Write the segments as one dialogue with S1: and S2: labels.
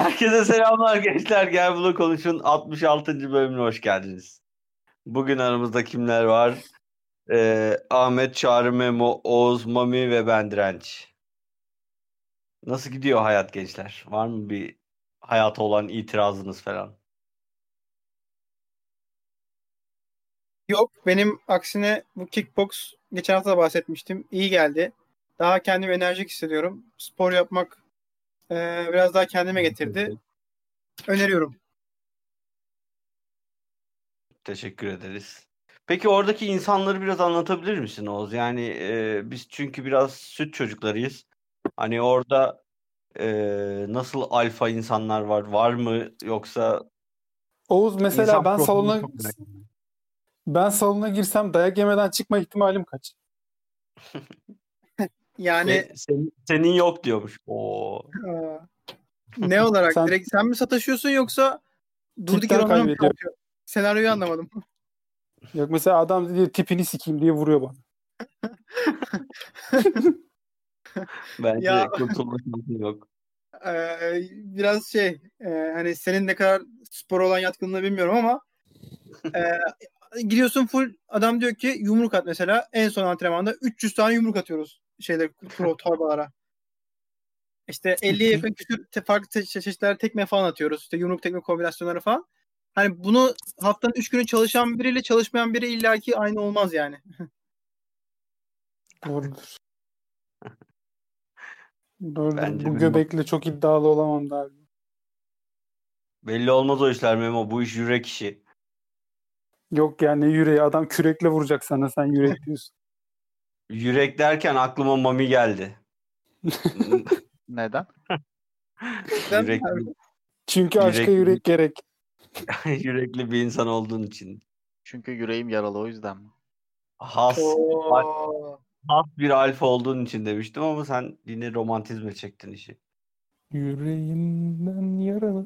S1: Herkese selamlar gençler. Gel Bunu Konuş'un 66. bölümüne hoş geldiniz. Bugün aramızda kimler var? Ahmet, Çağrı, Memo, Oğuz, Mami ve ben Direnç. Nasıl gidiyor hayat gençler? Var mı bir hayata olan itirazınız falan?
S2: Yok, benim aksine bu kickbox geçen hafta da bahsetmiştim. İyi geldi. Daha kendimi enerjik hissediyorum. Spor yapmak biraz daha kendime getirdi. Öneriyorum.
S1: Teşekkür ederiz. Peki oradaki insanları biraz anlatabilir misin Oğuz? Yani biz çünkü biraz süt çocuklarıyız. Hani orada nasıl alfa insanlar var? Var mı yoksa
S3: Oğuz mesela
S1: insan profili çok merak ediyorum.
S3: ben salona girsem dayak yemeden çıkma ihtimalim kaç?
S2: Yani
S1: Senin yok diyormuş. Oo.
S2: aa, ne olarak?
S3: Sen
S2: Direkt sen mi sataşıyorsun yoksa durduk yere
S3: tipten
S2: ona mı
S3: kaybediyor.
S2: çarpıyor? Senaryoyu anlamadım.
S3: Yok mesela adam diyor tipini sikeyim diye vuruyor bana.
S1: Bence
S2: Ya
S1: kurtulma şansın yok.
S2: biraz hani senin ne kadar spor olan yatkınlığını bilmiyorum ama gidiyorsun full adam diyor ki yumruk at mesela. En son antrenmanda 300 tane yumruk atıyoruz torbalara. İşte 50'ye yakın küsür farklı çeşitler tekme falan atıyoruz. İşte yumruk tekme kombinasyonları falan. Hani bunu haftanın 3 günü çalışan biriyle çalışmayan biri illaki aynı olmaz yani.
S3: Doğrudur. Doğrudur.
S1: Bence
S3: Bu
S1: Memo.
S3: göbekle çok iddialı olamam derdi.
S1: Belli olmaz o işler Memo. Bu iş yürek işi.
S3: Yok yani ne yüreği, adam kürekle vuracak sana, sen yürek diyorsun.
S1: Yürek derken aklıma Mami geldi.
S4: Neden?
S2: Neden
S1: Yürekli,
S2: abi?
S3: Çünkü aşka
S1: yürekli,
S3: yürek gerek.
S1: yürekli bir insan olduğun için.
S4: Çünkü yüreğim yaralı, o yüzden mi?
S1: Has,
S2: Oo.
S1: has bir alfa olduğun için demiştim ama sen yine romantizme çektin işi.
S3: Yüreğimden yaralı.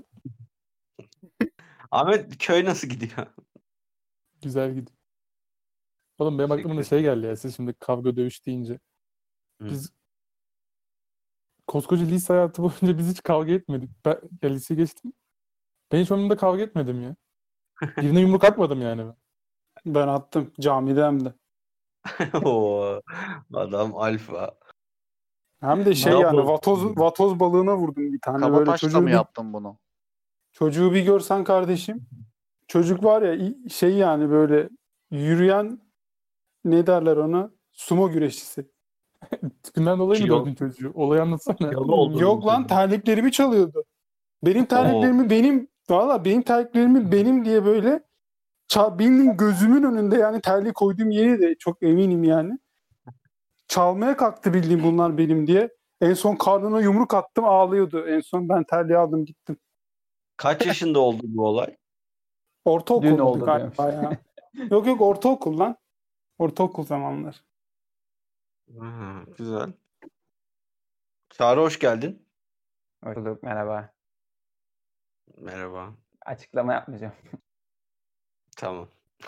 S1: Ahmet köy nasıl gidiyor?
S5: Güzel gidiyor. Oğlum benim aklıma da
S1: Teşekkür
S5: şey geldi ya. Siz şimdi kavga dövüş deyince.
S1: Hı.
S5: Biz koskoca lise hayatı boyunca biz hiç kavga etmedik. Ya lise geçtim. Ben hiç onunla kavga etmedim ya. Birine yumruk atmadım yani ben.
S3: Ben attım camide hem de.
S1: Oo, adam alfa.
S3: Hem de yani
S1: Double.
S3: vatoz balığına vurdum bir tane böyle
S4: Kabataşla mı yaptın bunu?
S3: çocuğu bir görsen kardeşim. Çocuk var ya yani böyle yürüyen, ne derler ona? Sumo güreşçisi.
S5: Tipinden dolayı mı
S1: Kilo,
S5: dövdün çocuğu? Olayı anlatsana.
S1: kilolu olduğunu
S3: Yok lan,
S1: söyledim.
S3: terliklerimi çalıyordu. Benim
S1: Oo.
S3: terliklerimi benim terliklerimi benim diye böyle bildiğin gözümün önünde, yani terliği koyduğum yeri de çok eminim yani. Çalmaya kalktı bildiğin bunlar benim diye. En son karnına yumruk attım, ağlıyordu. En son ben terliği aldım gittim.
S1: Kaç yaşında oldu bu olay?
S3: Ortaokul
S6: Dün
S3: muydu
S6: oldu diyormuş.
S3: galiba ya? Yok ortaokul lan. Ortaokul zamanlar.
S1: Güzel. Çağrı hoş geldin.
S6: Hoş bulduk, merhaba.
S1: Merhaba.
S6: Açıklama yapmayacağım.
S1: Tamam.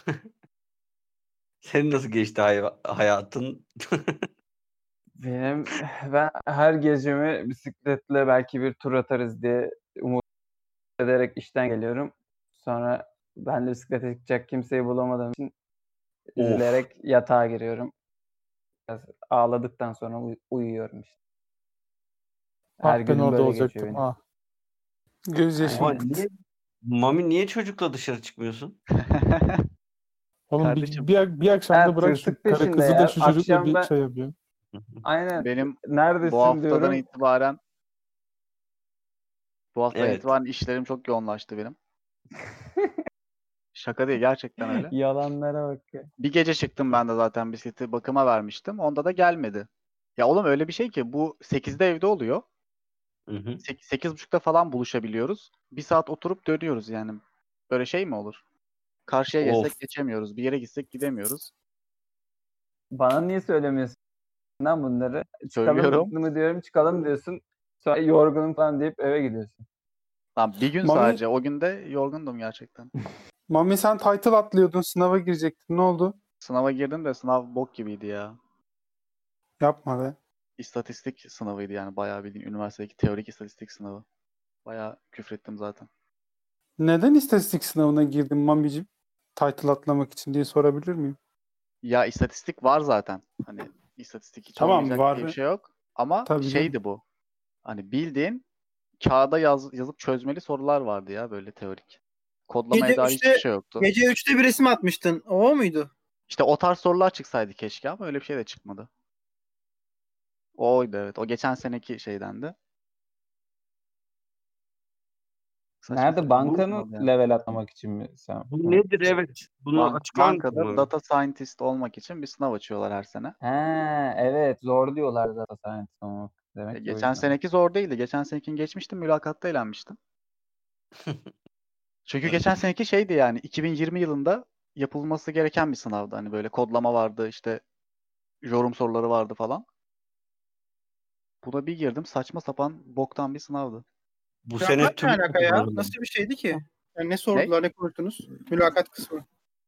S1: Senin nasıl geçti hayatın?
S6: Ben her gecemi bisikletle belki bir tur atarız diye umut ederek işten geliyorum. Sonra ben de bisiklete çıkacak kimseyi bulamadığım için üzülerek yatağa giriyorum. Biraz ağladıktan sonra uyuyorum işte. Her
S5: Ah ben
S6: günüm
S5: orada
S6: böyle geçiyor
S5: olacaktım.
S6: benim.
S5: Ah.
S3: Gözyaşım
S1: Ama
S3: akıttı.
S1: Mami niye çocukla dışarı çıkmıyorsun?
S5: Oğlum
S4: Kardeşim,
S5: bir akşamda bırak şu
S6: Tırtık
S5: kara
S6: peşinde
S5: kızı da
S6: ya.
S5: şu çocukla
S6: Akşam
S5: bir
S6: ben
S5: şey yapıyor.
S6: aynen
S4: benim bu
S6: neredesin
S4: haftadan
S6: diyorum.
S4: itibaren
S1: Evet.
S4: işlerim çok yoğunlaştı benim. Şaka değil, gerçekten öyle.
S6: Yalanlara bak ya.
S4: Bir gece çıktım ben de, zaten bisikleti bakıma vermiştim. Onda da gelmedi. Ya oğlum, öyle bir şey ki bu 8'de evde oluyor.
S1: Hı hı.
S4: 8.30'da falan buluşabiliyoruz. Bir saat oturup dönüyoruz yani. Böyle şey mi olur? Karşıya
S1: Of.
S4: geçsek geçemiyoruz. Bir yere gitsek gidemiyoruz.
S6: Bana niye söylemiyorsun lan bunları? Çıkalım
S4: Söylüyorum.
S6: mı diyorum, çıkalım diyorsun. Sonra yorgunum falan deyip eve gidiyorsun.
S4: Tamam, bir gün
S3: Mami,
S4: sadece. O gün de yorgundum gerçekten.
S3: Mami sen title atlıyordun, sınava girecektin. Ne oldu?
S4: Sınava girdim de sınav bok gibiydi ya.
S3: Yapma be.
S4: İstatistik sınavıydı yani, bayağı bildiğin üniversitedeki teorik istatistik sınavı. Bayağı küfrettim zaten.
S3: Neden istatistik sınavına girdin Mami'cim? Title atlamak için diye sorabilir miyim?
S4: Ya istatistik var zaten. Hani istatistik hiç
S3: Tamam,
S4: olmayacak
S3: var.
S4: diye bir şey yok. Ama
S3: Tabii
S4: şeydi bu. Hani bildiğin kağıda yazıp çözmeli sorular vardı ya böyle teorik. Kodlamaya
S2: Gece
S4: dair hiçbir
S2: 3'te
S4: şey yoktu.
S2: Gece 3'te bir resim atmıştın. O muydu?
S4: İşte o tarz sorular çıksaydı keşke ama öyle bir şey de çıkmadı. Oydu evet. O geçen seneki şeydendi. Saçma
S6: Nerede?
S4: sapan bir
S6: Bankanın
S4: sınav yani.
S6: level atlamak için mi sen?
S1: Bu nedir? Evet. Bunu açıklar mısın
S4: Bankada
S1: bana?
S4: data scientist olmak için bir sınav açıyorlar her sene.
S6: He, evet zor diyorlar data science olmak. Demek ki o
S4: Geçen
S6: yüzden.
S4: seneki zor değildi. Geçen senekini geçmiştim, mülakatta eğlenmiştim. Çünkü geçen seneki şeydi yani 2020 yılında yapılması gereken bir sınavdı. Hani böyle kodlama vardı, işte yorum soruları vardı falan. Buna bir girdim, saçma sapan boktan bir sınavdı.
S1: Bu sene
S2: Mülakat ne alaka ya?
S1: TÜBİTAK
S2: Nasıl bir şeydi ki? Yani ne sordular, ne konuştunuz? Mülakat kısmı.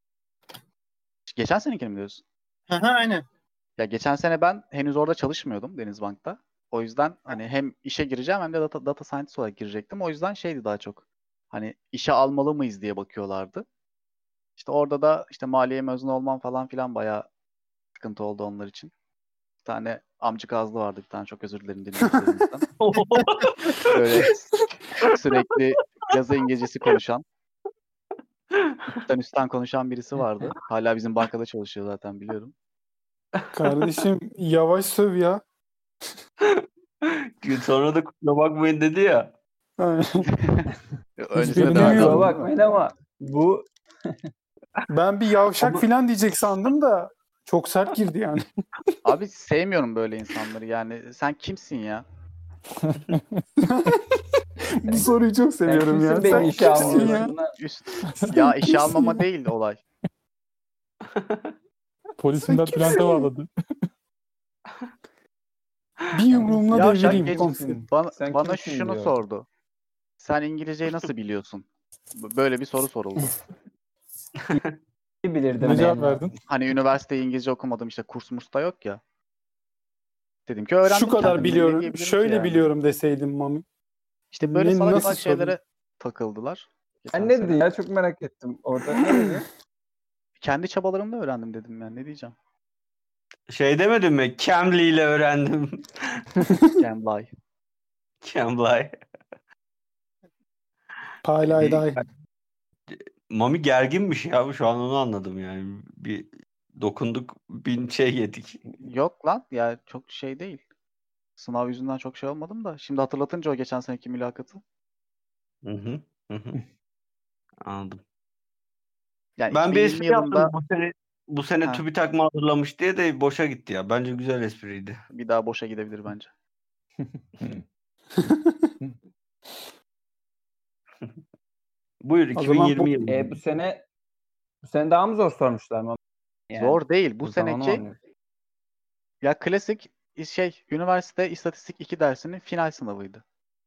S4: Geçen senekini mi diyorsun?
S2: Hı hı, aynen.
S4: Ya geçen sene ben henüz orada çalışmıyordum Denizbank'ta. O yüzden hani hem işe gireceğim hem de data scientist olarak girecektim. O yüzden şeydi daha çok. Hani işe almalı mıyız diye bakıyorlardı. İşte orada da işte maliye mezunu olmam falan filan bayağı sıkıntı oldu onlar için. Bir tane amcık ağızlı vardı, bir tane, çok özür dilerim dinleyicilerimizden. Böyle sürekli yazı İngilizcesi konuşan, üstten konuşan birisi vardı. Hala bizim bankada çalışıyor zaten, biliyorum.
S3: Kardeşim yavaş söv ya.
S1: Sonra da kusura bakmayın dedi ya.
S4: Öncesinde de
S3: bilmiyorum.
S4: verdi
S6: Kusura
S4: ama değil mi?
S6: bakmayın ama bu
S3: Ben bir yavşak
S1: Ama-
S3: falan diyecek sandım da çok sert girdi yani.
S4: Abi sevmiyorum böyle insanları yani. Sen kimsin ya?
S3: Bu soruyu çok
S6: sen
S3: seviyorum ya.
S6: kimsin beni
S3: Sen
S6: işe
S3: kimsin ya?
S6: almıyorsun lan?
S4: Ya işe
S3: Kimsin
S4: almama
S3: ya?
S4: değil olay.
S5: Polisinden
S3: Sen
S5: Bülent'e
S3: kimsin?
S5: bağladı.
S3: Bir yumruğumla
S4: Ya sen
S3: devireyim
S4: geç-
S3: komiserim.
S6: Sen
S4: Bana
S6: kimsin
S4: şunu
S6: diyor.
S4: sordu. Sen İngilizceyi nasıl biliyorsun? Böyle bir soru soruldu.
S6: İyi bilirdim
S5: Ne cevap
S6: ben.
S5: verdin?
S4: Hani üniversitede İngilizce okumadım, işte kurs murs da yok ya. Dedim ki öğrendim
S3: Şu kadar
S4: kendim. Ne
S3: biliyorum.
S4: diyebilirim ki
S3: Şöyle
S4: yani?
S3: biliyorum deseydim Mami.
S4: İşte böyle
S3: Ne,
S4: salak
S3: nasıl
S4: salak
S3: sorayım?
S4: şeylere takıldılar.
S6: Sen
S4: Geçen
S6: ne
S4: sene.
S6: dedin ya? Çok merak ettim. Orada ne dedin?
S4: Kendi çabalarımla öğrendim dedim yani, ne diyeceğim.
S1: Şey demedin mi? Cambly ile öğrendim.
S4: Can lie.
S1: Cambly.
S3: Paylayday.
S1: Mami gerginmiş ya. Şu an onu anladım yani. Bir dokunduk, bin şey yedik.
S4: Yok lan ya, çok şey değil. Sınav yüzünden çok şey olmadım da. Şimdi hatırlatınca o geçen seneki mülakatı.
S1: Hı hı. Hı hı. Anladım.
S4: Yani
S1: Ben bir
S4: 2020
S1: espri yaptım
S4: yılında
S1: bu sene
S4: Ha,
S1: TÜBİTAK mı hazırlamış diye de boşa gitti ya. Bence güzel espriydi.
S4: bir daha boşa gidebilir bence.
S1: Buyur
S3: O zaman
S1: 2020 yılı.
S6: Bu sene daha mı zor sormuşlar mı? Yani
S4: Zor değil. Bu
S6: o zaman o
S4: seneki
S6: anlıyor.
S4: ya klasik üniversite istatistik 2 dersinin final sınavıydı.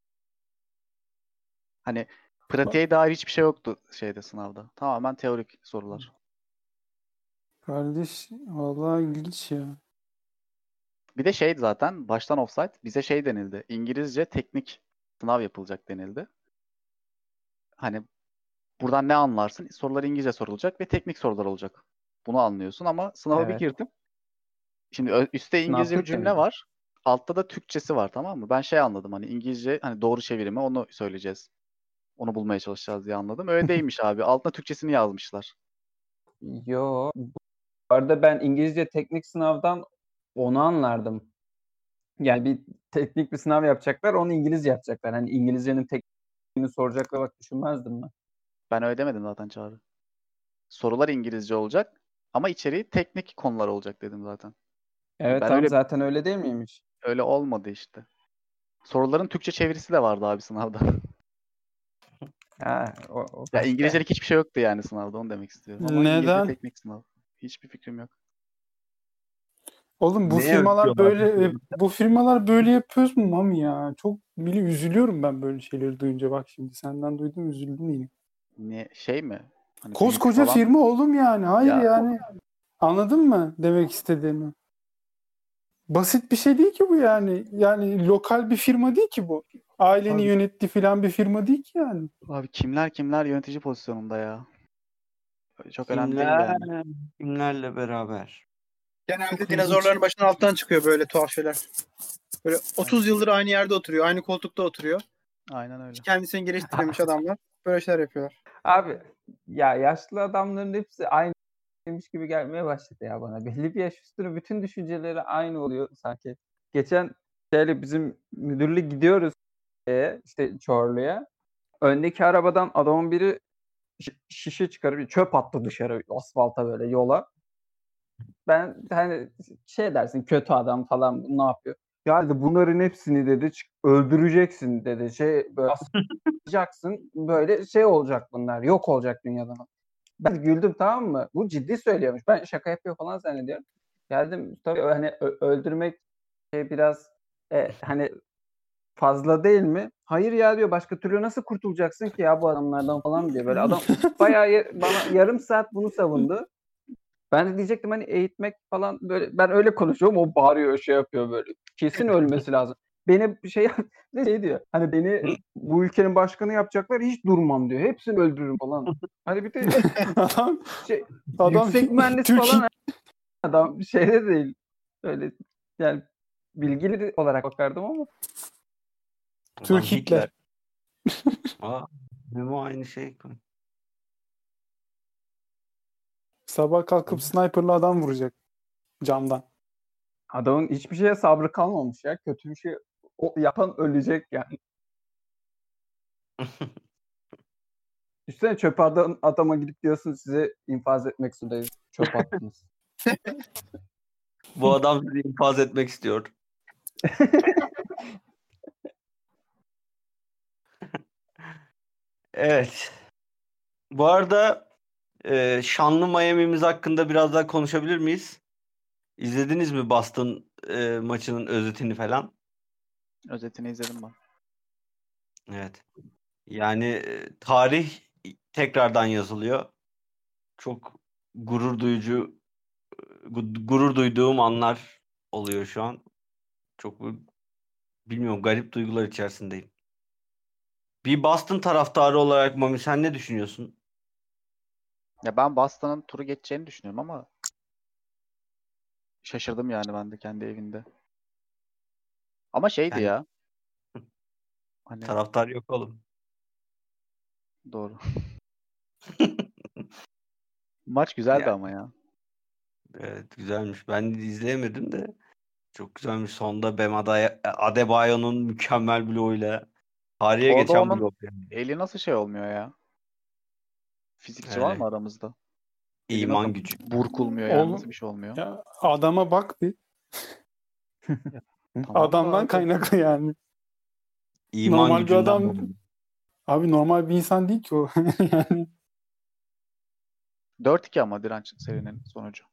S4: Hani pratiğe dair hiçbir şey yoktu şeyde, sınavda. Tamamen teorik sorular.
S3: Kardeş vallahi ilginç ya.
S4: Bir de şeydi zaten baştan offsite bize şey denildi. İngilizce teknik sınav yapılacak denildi. Hani buradan ne anlarsın? Sorular İngilizce sorulacak ve teknik sorular olacak. Bunu anlıyorsun ama sınava bir
S6: Evet.
S4: girdim. Şimdi üstte
S6: Sınav
S4: İngilizce bir
S6: Türkçe
S4: cümle
S6: miydi?
S4: var. Altta da Türkçesi var, tamam mı? Ben şey anladım, hani İngilizce hani doğru çevirimi onu söyleyeceğiz. Onu bulmaya çalışacağız diye anladım. Öyle değilmiş abi. Altına Türkçesini yazmışlar.
S6: Yo. Bu arada ben İngilizce teknik sınavdan onu anlardım. Yani bir teknik bir sınav yapacaklar, onu İngilizce yapacaklar. Hani İngilizcenin tekniğini soracaklar, bak düşünmezdim ben.
S4: Ben öyle demedim zaten Çağrı. Sorular İngilizce olacak ama içeriği teknik konular olacak dedim zaten.
S6: Evet
S4: Ben
S6: tamam,
S4: öyle
S6: zaten öyle değil miymiş?
S4: olmadı işte. Soruların Türkçe çevirisi de vardı abi sınavda.
S6: Ha, o
S4: Ya
S6: başka.
S4: İngilizcelik hiçbir şey yoktu yani sınavda, onu demek istiyorum. Ama İngilizce
S3: Neden?
S4: teknik sınav. Hiçbir fikrim yok.
S3: Oğlum bu
S1: Ne
S3: firmalar
S1: yapıyorlar?
S3: böyle yapıyoruz mu Mami ya? Çok üzülüyorum ben böyle şeyleri duyunca. Bak şimdi senden duydum, üzüldüm yine.
S4: Ne şey mi? Hani büyük
S3: Koskoca
S4: falan.
S3: firma oğlum yani. Hayır
S4: Ya
S3: yani. Anladın mı demek istediğimi? Basit bir şey değil ki bu yani. Yani lokal bir firma değil ki bu. ailenin
S4: Abi.
S3: yönettiği falan bir firma değil ki yani.
S4: Abi kimler yönetici pozisyonunda ya. Çok önemli değil yani.
S1: Kimlerle beraber?
S2: Genelde dinozorların başının altından çıkıyor böyle tuhaf şeyler. Böyle 30 yıldır aynı yerde oturuyor. Aynı koltukta oturuyor.
S4: Aynen öyle.
S2: Kendisini geliştirmemiş adamlar. Böyle şeyler yapıyorlar.
S6: Abi ya yaşlı adamların hepsi aynıymış gibi gelmeye başladı ya bana. Belli bir yaş üstüne bütün düşünceleri aynı oluyor sanki. Geçen bizim müdürlük gidiyoruz işte Çorlu'ya. Öndeki arabadan adamın biri şişe çıkarıp çöp attı dışarı asfalta böyle yola. Ben hani dersin kötü adam falan ne yapıyor? Ya dedi bunların hepsini dedi öldüreceksin dedi. Böyle asacaksın böyle olacak bunlar. Yok olacak dünyadan. Ben güldüm tamam mı? Bu ciddi söylüyormuş. Ben şaka yapıyor falan zannediyorum. Geldim tabii hani öldürmek biraz hani fazla değil mi? Hayır ya diyor başka türlü nasıl kurtulacaksın ki ya bu adamlardan falan diyor. Böyle adam bayağı bana yarım saat bunu savundu. Ben de diyecektim hani eğitmek falan böyle ben öyle konuşuyorum o bağırıyor yapıyor böyle. Kesin ölmesi lazım. Beni diyor. Hani beni bu ülkenin başkanı yapacaklar hiç durmam diyor. Hepsini öldürürüm falan. Hani bir de
S3: Adam, adam
S6: yüksek mühendis
S3: Türkiye
S6: falan adam de değil. Öyle yani bilgili olarak bakardım ama.
S1: Adam
S3: Türk Hitler.
S1: Aa, Memo aynı şey.
S3: Sabah kalkıp sniper'la adam vuracak camdan.
S6: Adamın hiçbir şeye sabrı kalmamış ya. Kötü bir şey yapan ölecek yani. Düşünsene çöp adama gidip diyorsun size infaz etmek zorundayız. Çöp attınız.
S1: Bu adam sizi infaz etmek istiyor. Evet. Bu arada şanlı Miami'miz hakkında biraz daha konuşabilir miyiz? İzlediniz mi Boston maçının özetini falan?
S4: Özetini izledim ben.
S1: Evet. Yani tarih tekrardan yazılıyor. Çok gurur duyduğum anlar oluyor şu an. Çok bilmiyorum garip duygular içerisindeyim. Bir Boston taraftarı olarak Mami sen ne düşünüyorsun?
S4: Ya ben Boston'ın turu geçeceğini düşünüyorum ama şaşırdım yani ben de kendi evinde. Ama
S1: Yani
S4: ya. Hani
S1: taraftar yok oğlum.
S4: doğru. Maç güzeldi
S1: Yani
S4: ama ya.
S1: evet güzelmiş. Ben de izleyemedim de çok güzelmiş. Sonda Bam Adebayo'nun mükemmel bloğuyla tarihe
S4: Orada
S1: geçen
S4: onun
S1: blok yani.
S4: eli nasıl olmuyor ya? Fizikçi var
S1: Öyle.
S4: mı aramızda? Eli
S1: İman
S4: nasıl
S1: gücü.
S4: burkulmuyor yani? Nasıl
S3: Oğlum
S4: bir şey olmuyor?
S3: ya adama bak bir.
S4: Tamam da
S3: Adamdan
S4: abi.
S3: kaynaklı yani.
S1: İman
S3: Normal bir
S1: gücünden
S3: adam
S1: dolayı.
S3: abi normal bir insan değil ki o. Yani
S4: 4-2 ama direnç serinin sonucu.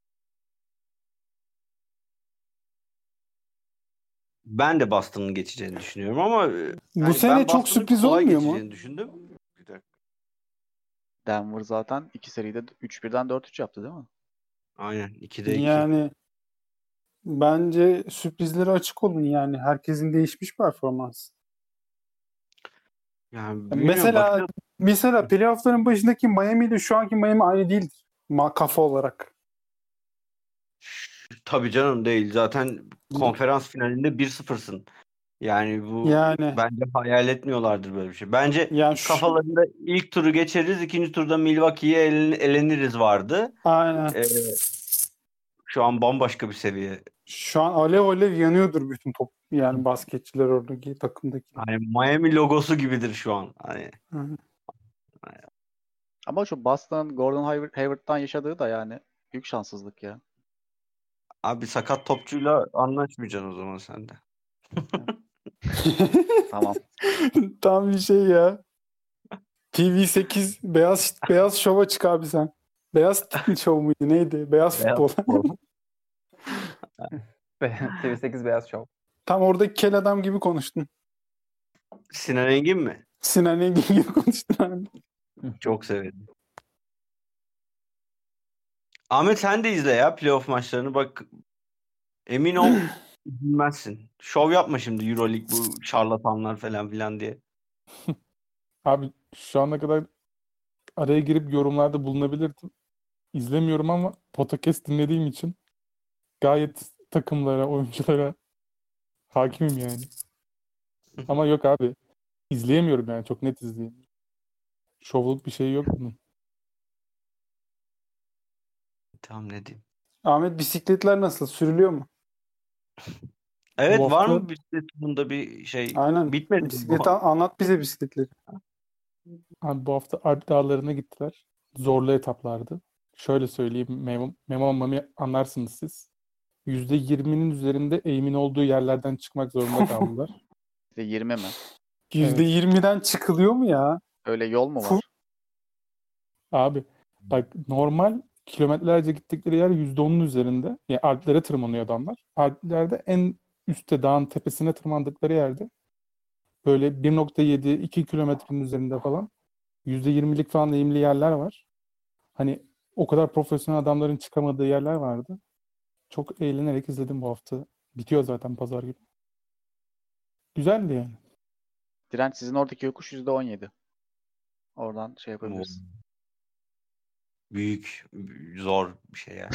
S1: Ben de Boston'ın geçeceğini düşünüyorum ama
S3: bu
S1: yani
S3: sene
S1: ben
S3: çok
S1: Boston'ın
S3: sürpriz
S1: kolay
S3: olmuyor mu?
S1: geçeceğini düşündüm. Bir dakika.
S4: Denver zaten 2 seride 3-1'den 4-3 yaptı değil mi?
S1: Aynen 2'de 2.
S3: Yani bence sürprizlere açık olun yani. Herkesin değişmiş performansı.
S1: Yani bilmiyorum
S3: Mesela playoff'ların başındaki Miami ile şu anki Miami aynı değildir. Kafa olarak.
S1: tabii canım değil. Zaten konferans finalinde 1-0'sın. Yani bu
S3: Yani
S1: bence hayal etmiyorlardır böyle bir şey. Bence
S3: yani
S1: kafalarında ilk turu geçeriz, ikinci turda Milwaukee'ye eleniriz vardı.
S3: aynen.
S1: Ee, şu an bambaşka bir seviye.
S3: Şu an alev alev yanıyordur bütün top yani basketçiler oradaki takımdaki.
S1: Hani Miami logosu gibidir şu an. Hani
S3: Hı.
S4: Ama şu Boston'ın Gordon Hayward'dan yaşadığı da yani büyük şanssızlık ya.
S1: abi sakat topçuyla anlaşmayacaksın o zaman sen de.
S4: Tamam.
S3: Tam bir şey ya. TV8 beyaz şova çık abi sen. Beyaz şov muydu neydi? Beyaz
S1: Beyaz
S3: futbol.
S1: futbol.
S6: TV8 Beyaz Show.
S3: Tam oradaki kel adam gibi konuştun.
S1: Sinan Engin mi?
S3: Sinan Engin gibi konuştun abi.
S1: Çok severim. Ahmet sen de izle ya playoff maçlarını. Bak emin ol Bilmezsin. Şov yapma şimdi Euroleague bu şarlatanlar falan filan diye.
S5: Abi şu ana kadar araya girip yorumlarda bulunabilirdim. İzlemiyorum ama podcast dinlediğim için gayet takımlara, oyunculara hakimim yani. Ama yok abi. İzleyemiyorum yani. Çok net izleyemiyorum. Şovluk bir şey yok bunun.
S1: Tamam ne diyeyim.
S3: Ahmet bisikletler nasıl? Sürülüyor mu?
S1: Evet
S5: Bu
S1: var
S5: hafta-
S1: mı bisiklet bunda bir şey?
S3: Aynen.
S1: Bitmedi mi
S3: Bisiklet
S1: bu?
S3: anlat bize bisikletleri.
S5: Abi bu hafta Alp Dağları'na gittiler. Zorlu etaplardı. Şöyle söyleyeyim. Memo Mami anlarsınız siz. %20'nin üzerinde eğimin olduğu yerlerden çıkmak zorunda kaldılar.
S4: İşte 20 mi?
S3: %20'den çıkılıyor mu ya?
S4: Öyle yol mu
S3: Full-
S4: var?
S5: Abi bak normal kilometrelerce gittikleri yer %10'un üzerinde. Yani Alplere tırmanıyor adamlar. Alplerde en üstte dağın tepesine tırmandıkları yerde böyle 1,7-2 kilometrenin üzerinde falan %20'lik falan eğimli yerler var. Hani o kadar profesyonel adamların çıkamadığı yerler vardı. Çok eğlenerek izledim bu hafta. Bitiyor zaten pazar günü. Güzeldi yani.
S4: Direnç sizin oradaki yokuş %17. Oradan şey yapabiliriz.
S1: Büyük, zor bir şey yani.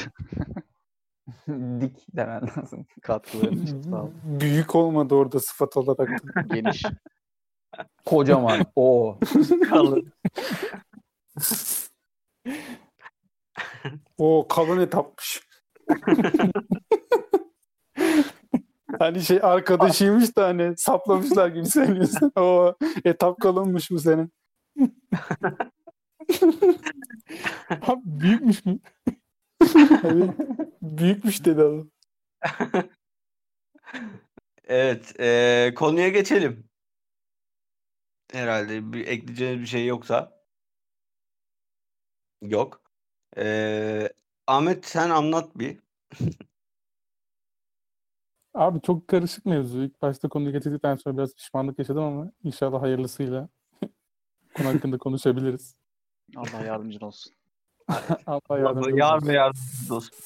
S6: Dik demen lazım.
S4: Katkıların için sağ olun.
S3: Büyük olmadı orada sıfat olarak da.
S4: Geniş.
S6: Kocaman. O.
S1: Kalın.
S3: O kalın etapmış. Hani şey arkadaşıymış da hani saplamışlar gibi söylüyorsun. O etap kalınmış bu senin.
S5: Abi büyükmüş mü?
S3: Evet. Büyükmüş dedi adam.
S1: Evet, konuya geçelim. Herhalde bir ekleyeceğiniz bir şey yoksa. Yok. Ahmet sen anlat bir.
S5: Abi çok karışık mevzu. İlk başta konuyu getirdikten sonra biraz pişmanlık yaşadım ama inşallah hayırlısıyla konu hakkında konuşabiliriz.
S4: Allah yardımcın olsun.
S5: Allah yardımcımız
S1: Yar
S5: olsun.
S1: ve yardımcımız olsun.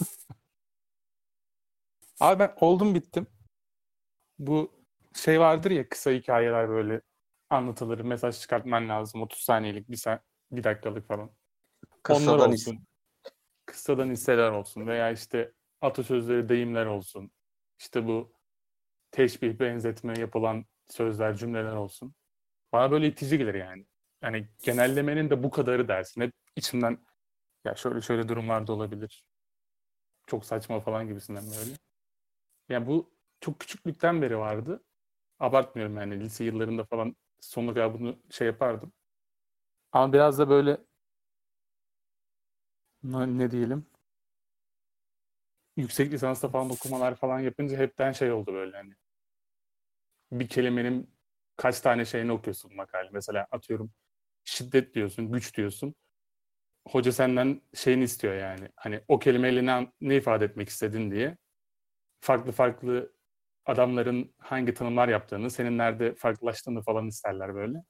S5: Abi ben oldum bittim. Bu şey vardır ya kısa hikayeler böyle anlatılır. Mesaj çıkartman lazım. 30 saniyelik, bir dakikalık falan. Onlar
S1: Kıssadan
S5: olsun. Kıssadan hisseler olsun. Veya işte atasözleri, deyimler olsun. İşte bu teşbih, benzetme yapılan sözler, cümleler olsun. Bana böyle itici gelir yani. Yani genellemenin de bu kadarı dersin. Hep içimden ya şöyle şöyle durumlar da olabilir. Çok saçma falan gibisinden böyle. Yani bu çok küçüklükten beri vardı. Abartmıyorum yani lise yıllarında falan sonuna kadar bunu şey yapardım. Ama biraz da böyle ne diyelim yüksek lisansta falan okumalar falan yapınca hepten şey oldu böyle hani. Bir kelimenin kaç tane şeyini okuyorsun makale. Mesela atıyorum şiddet diyorsun, güç diyorsun. Hoca senden şeyini istiyor yani. Hani o kelimeyle ne ifade etmek istedin diye. Farklı farklı adamların hangi tanımlar yaptığını, senin nerede farklılaştığını falan isterler böyle.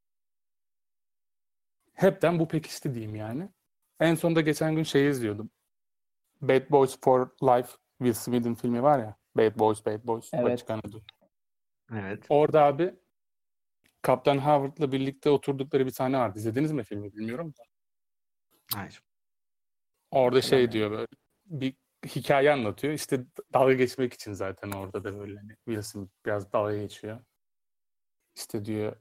S5: Hepten bu pekişti diyeyim yani. En sonunda geçen gün şeyi izliyordum. Bad Boys for Life, Will Smith'in filmi var ya. Bad Boys, Bad Boys.
S6: Evet.
S5: What You Gonna Do.
S1: Evet.
S5: Orada abi Kaptan Howard'la birlikte oturdukları bir sahne vardı. İzlediniz mi filmi bilmiyorum da.
S1: Hayır.
S5: Orada şey
S6: Hatırlamıyorum.
S5: diyor böyle bir hikaye anlatıyor. İşte dalga geçmek için zaten orada da böyle hani Will Smith biraz dalga geçiyor. İşte diyor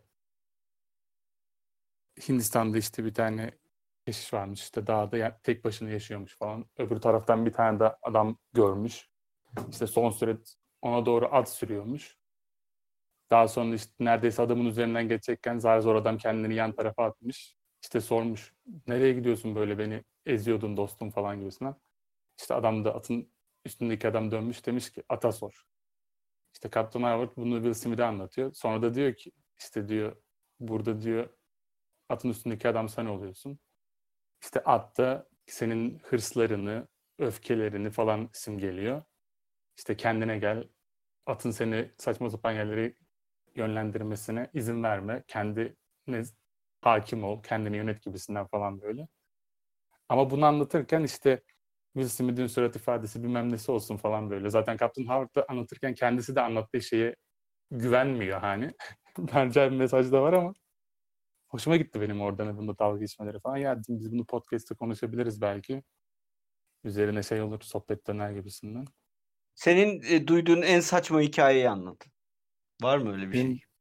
S5: Hindistan'da işte bir tane keşiş varmış işte dağda tek başına yaşıyormuş falan. Öbür taraftan bir tane de adam görmüş. İşte son süre ona doğru at sürüyormuş. Daha sonra işte neredeyse adamın üzerinden geçecekken zar zor adam kendini yan tarafa atmış. İşte sormuş nereye gidiyorsun böyle beni eziyordun dostum falan gibisinden. İşte adam da atın üstündeki adam dönmüş demiş ki ata sor. İşte Captain Howard bunu Will Smith'e anlatıyor. Sonra da diyor ki işte diyor burada diyor atın üstündeki adam sen oluyorsun. İşte at da senin hırslarını, öfkelerini falan simgeliyor. İşte kendine gel. Atın seni saçma sapan yerlere yönlendirmesine izin verme. Kendine hakim ol, kendini yönet gibisinden falan böyle. Ama bunu anlatırken işte Will Smith'in surat ifadesi bilmem nesi olsun falan böyle. Zaten Captain Howard'da anlatırken kendisi de anlattığı şeye güvenmiyor hani. Bence bir mesaj da var ama hoşuma gitti benim oradan bunda dalga geçmeleri falan. Ya dedim, biz bunu podcast'te konuşabiliriz belki. Üzerine şey olur, sohbet döner gibisinden.
S1: Senin duyduğun en saçma hikayeyi anlat. Var mı öyle bir
S5: Benim-
S1: şey?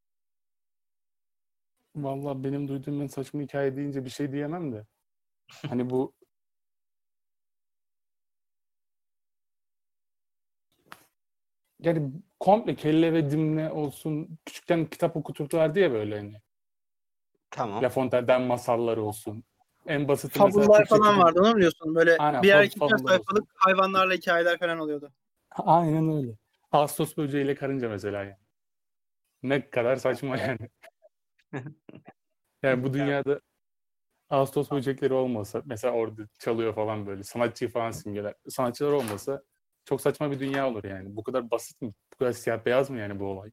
S5: Vallahi benim duyduğum en saçma hikaye deyince bir şey diyemem de. Hani bu yani komple kelle ve dimle olsun. Küçükten kitap okuturlardı ya böyle hani.
S1: Tamam.
S5: La Fontaine'den masallar olsun. En basiti mesela
S2: Fabullar
S5: Türkçe
S2: falan
S5: film-
S2: vardı, onu biliyorsun. Böyle
S5: Aynen,
S2: birer ikişer
S5: fabullar olsun.
S2: sayfalık hayvanlarla hikayeler falan oluyordu.
S5: Aynen öyle. Ağustos böceğiyle karınca mesela yani. Ne kadar saçma yani. Yani bu dünyada Ağustos böcekleri olmasa, mesela orada çalıyor falan böyle, sanatçıyı falan simgeler. Sanatçılar olmasa çok saçma bir dünya olur yani. Bu kadar basit mi? Bu kadar siyah beyaz mı yani bu olay?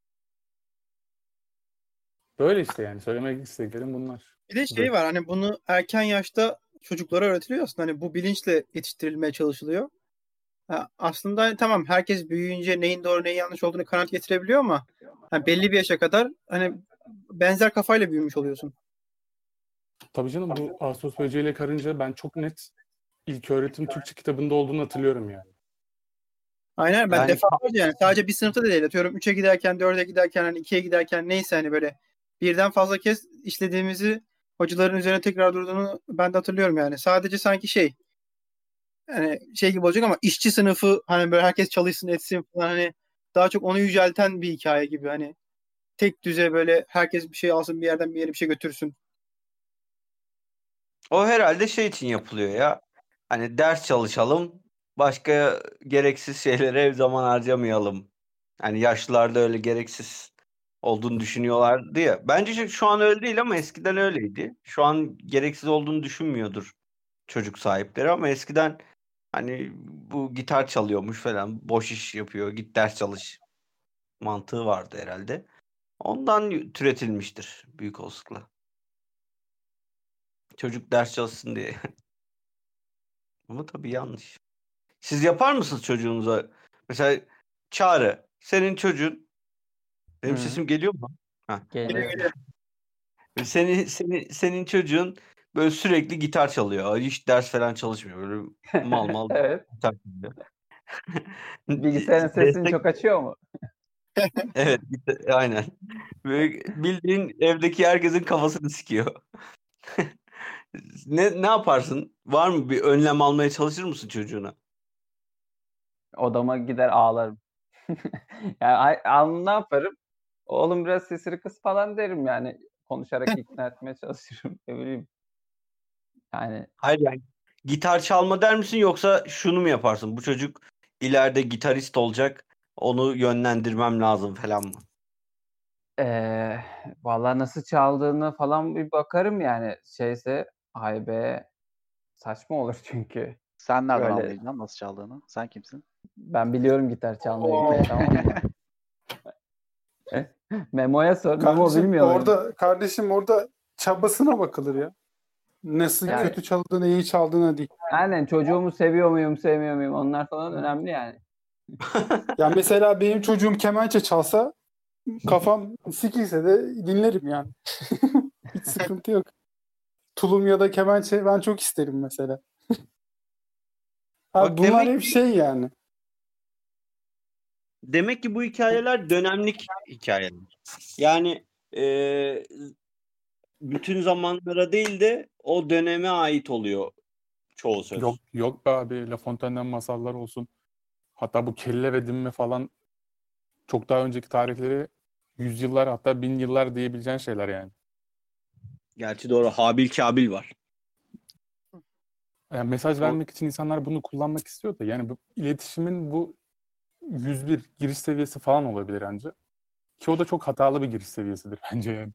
S5: Böyle işte yani. Söylemek istediklerim bunlar.
S2: Bir de şey var, hani bunu erken yaşta çocuklara öğretiliyor aslında. Hani bu bilinçle yetiştirilmeye çalışılıyor. Aslında hani tamam, herkes büyüyünce neyin doğru neyin yanlış olduğunu kanaat getirebiliyor ama hani belli bir yaşa kadar hani benzer kafayla büyümüş oluyorsun.
S5: Tabii canım, bu Ağustos böceğiyle karınca ben çok net ilköğretim Türkçe kitabında olduğunu hatırlıyorum yani.
S2: Aynen, ben
S1: Yani-
S2: defalarca, yani sadece bir sınıfta da değil, atıyorum 3'e giderken, 4'e giderken, hani 2'ye giderken, neyse hani böyle birden fazla kez işlediğimizi, hocaların üzerine tekrar durduğunu ben de hatırlıyorum yani. Sadece sanki şey, hani şey gibi olacak ama işçi sınıfı, hani böyle herkes çalışsın etsin falan, hani daha çok onu yücelten bir hikaye gibi, hani tek düze böyle herkes bir şey alsın, bir yerden bir yere bir şey götürsün.
S1: O herhalde şey için yapılıyor ya. Hani ders çalışalım. Başka gereksiz şeylere zaman harcamayalım. Hani yaşlılarda öyle gereksiz olduğunu düşünüyorlardı ya. Bence şu an öyle değil ama eskiden öyleydi. Şu an gereksiz olduğunu düşünmüyordur çocuk sahipleri ama eskiden hani bu gitar çalıyormuş falan, boş iş yapıyor, git ders çalış mantığı vardı herhalde. Ondan türetilmiştir büyük olasılıkla. Çocuk ders çalışsın diye. Ama tabii yanlış. Siz yapar mısınız çocuğunuza? Mesela Çağrı, senin çocuğun, benim
S6: Hı.
S1: sesim geliyor mu? Ha.
S6: Geliyor.
S1: Senin çocuğun böyle sürekli gitar çalıyor. Hiç ders falan çalışmıyor. Böyle mal mal
S6: Evet.
S1: gitar çalıyor.
S6: Bilgisayarın sesini
S1: Destek-
S6: çok açıyor mu?
S1: Evet, aynen. Böyle bildiğin evdeki herkesin kafasını sikiyor. Ne yaparsın? Var mı bir önlem almaya çalışır mısın çocuğuna?
S6: Odama gider ağlarım. Yani ne yaparım? Oğlum biraz sesini kıs falan derim yani. Konuşarak ikna etmeye çalışırım. Ne bileyim. Yani
S1: Hayır yani gitar çalma der misin yoksa şunu mu yaparsın? Bu çocuk ileride gitarist olacak. Onu yönlendirmem lazım falan mı?
S6: vallahi nasıl çaldığını falan bir bakarım yani. Şeyse haybe saçma olur çünkü.
S4: Sen nereden
S6: Böyle-
S4: anlayacaksın nasıl çaldığını? Sen kimsin?
S6: Ben biliyorum gitar çalmayı bir
S2: Oo.
S6: tek, tamam mı? Memo'ya sor. Memo bilmiyor muyum?
S3: Kardeşim orada çabasına bakılır ya. Nasıl
S6: Yani-
S3: kötü çaldığına, iyi çaldığına değil.
S6: Aynen, çocuğumu seviyor muyum, sevmiyor muyum? Onlar falan önemli yani.
S3: Ya mesela benim çocuğum kemençe çalsa kafam sikilse de dinlerim yani. Hiç sıkıntı yok. Tulum ya da kemençe ben çok isterim mesela.
S1: Bak
S3: Bunlar
S1: demek
S3: hep şey yani.
S1: Demek ki bu hikayeler dönemlik hikayeler. Yani bütün zamanlara değil de o döneme ait oluyor çoğu söz.
S5: Yok be abi, La Fontaine'den masallar olsun. Hatta bu kelle ve dimme falan çok daha önceki tarihleri yüzyıllar, hatta 1000 yıllar diyebileceğin şeyler yani.
S1: Gerçi doğru, Habil Kabil var.
S5: Yani mesaj vermek için insanlar bunu kullanmak istiyor da yani bu iletişimin bu 101 giriş seviyesi falan olabilir ancak. Ki o da çok hatalı bir giriş seviyesidir bence yani.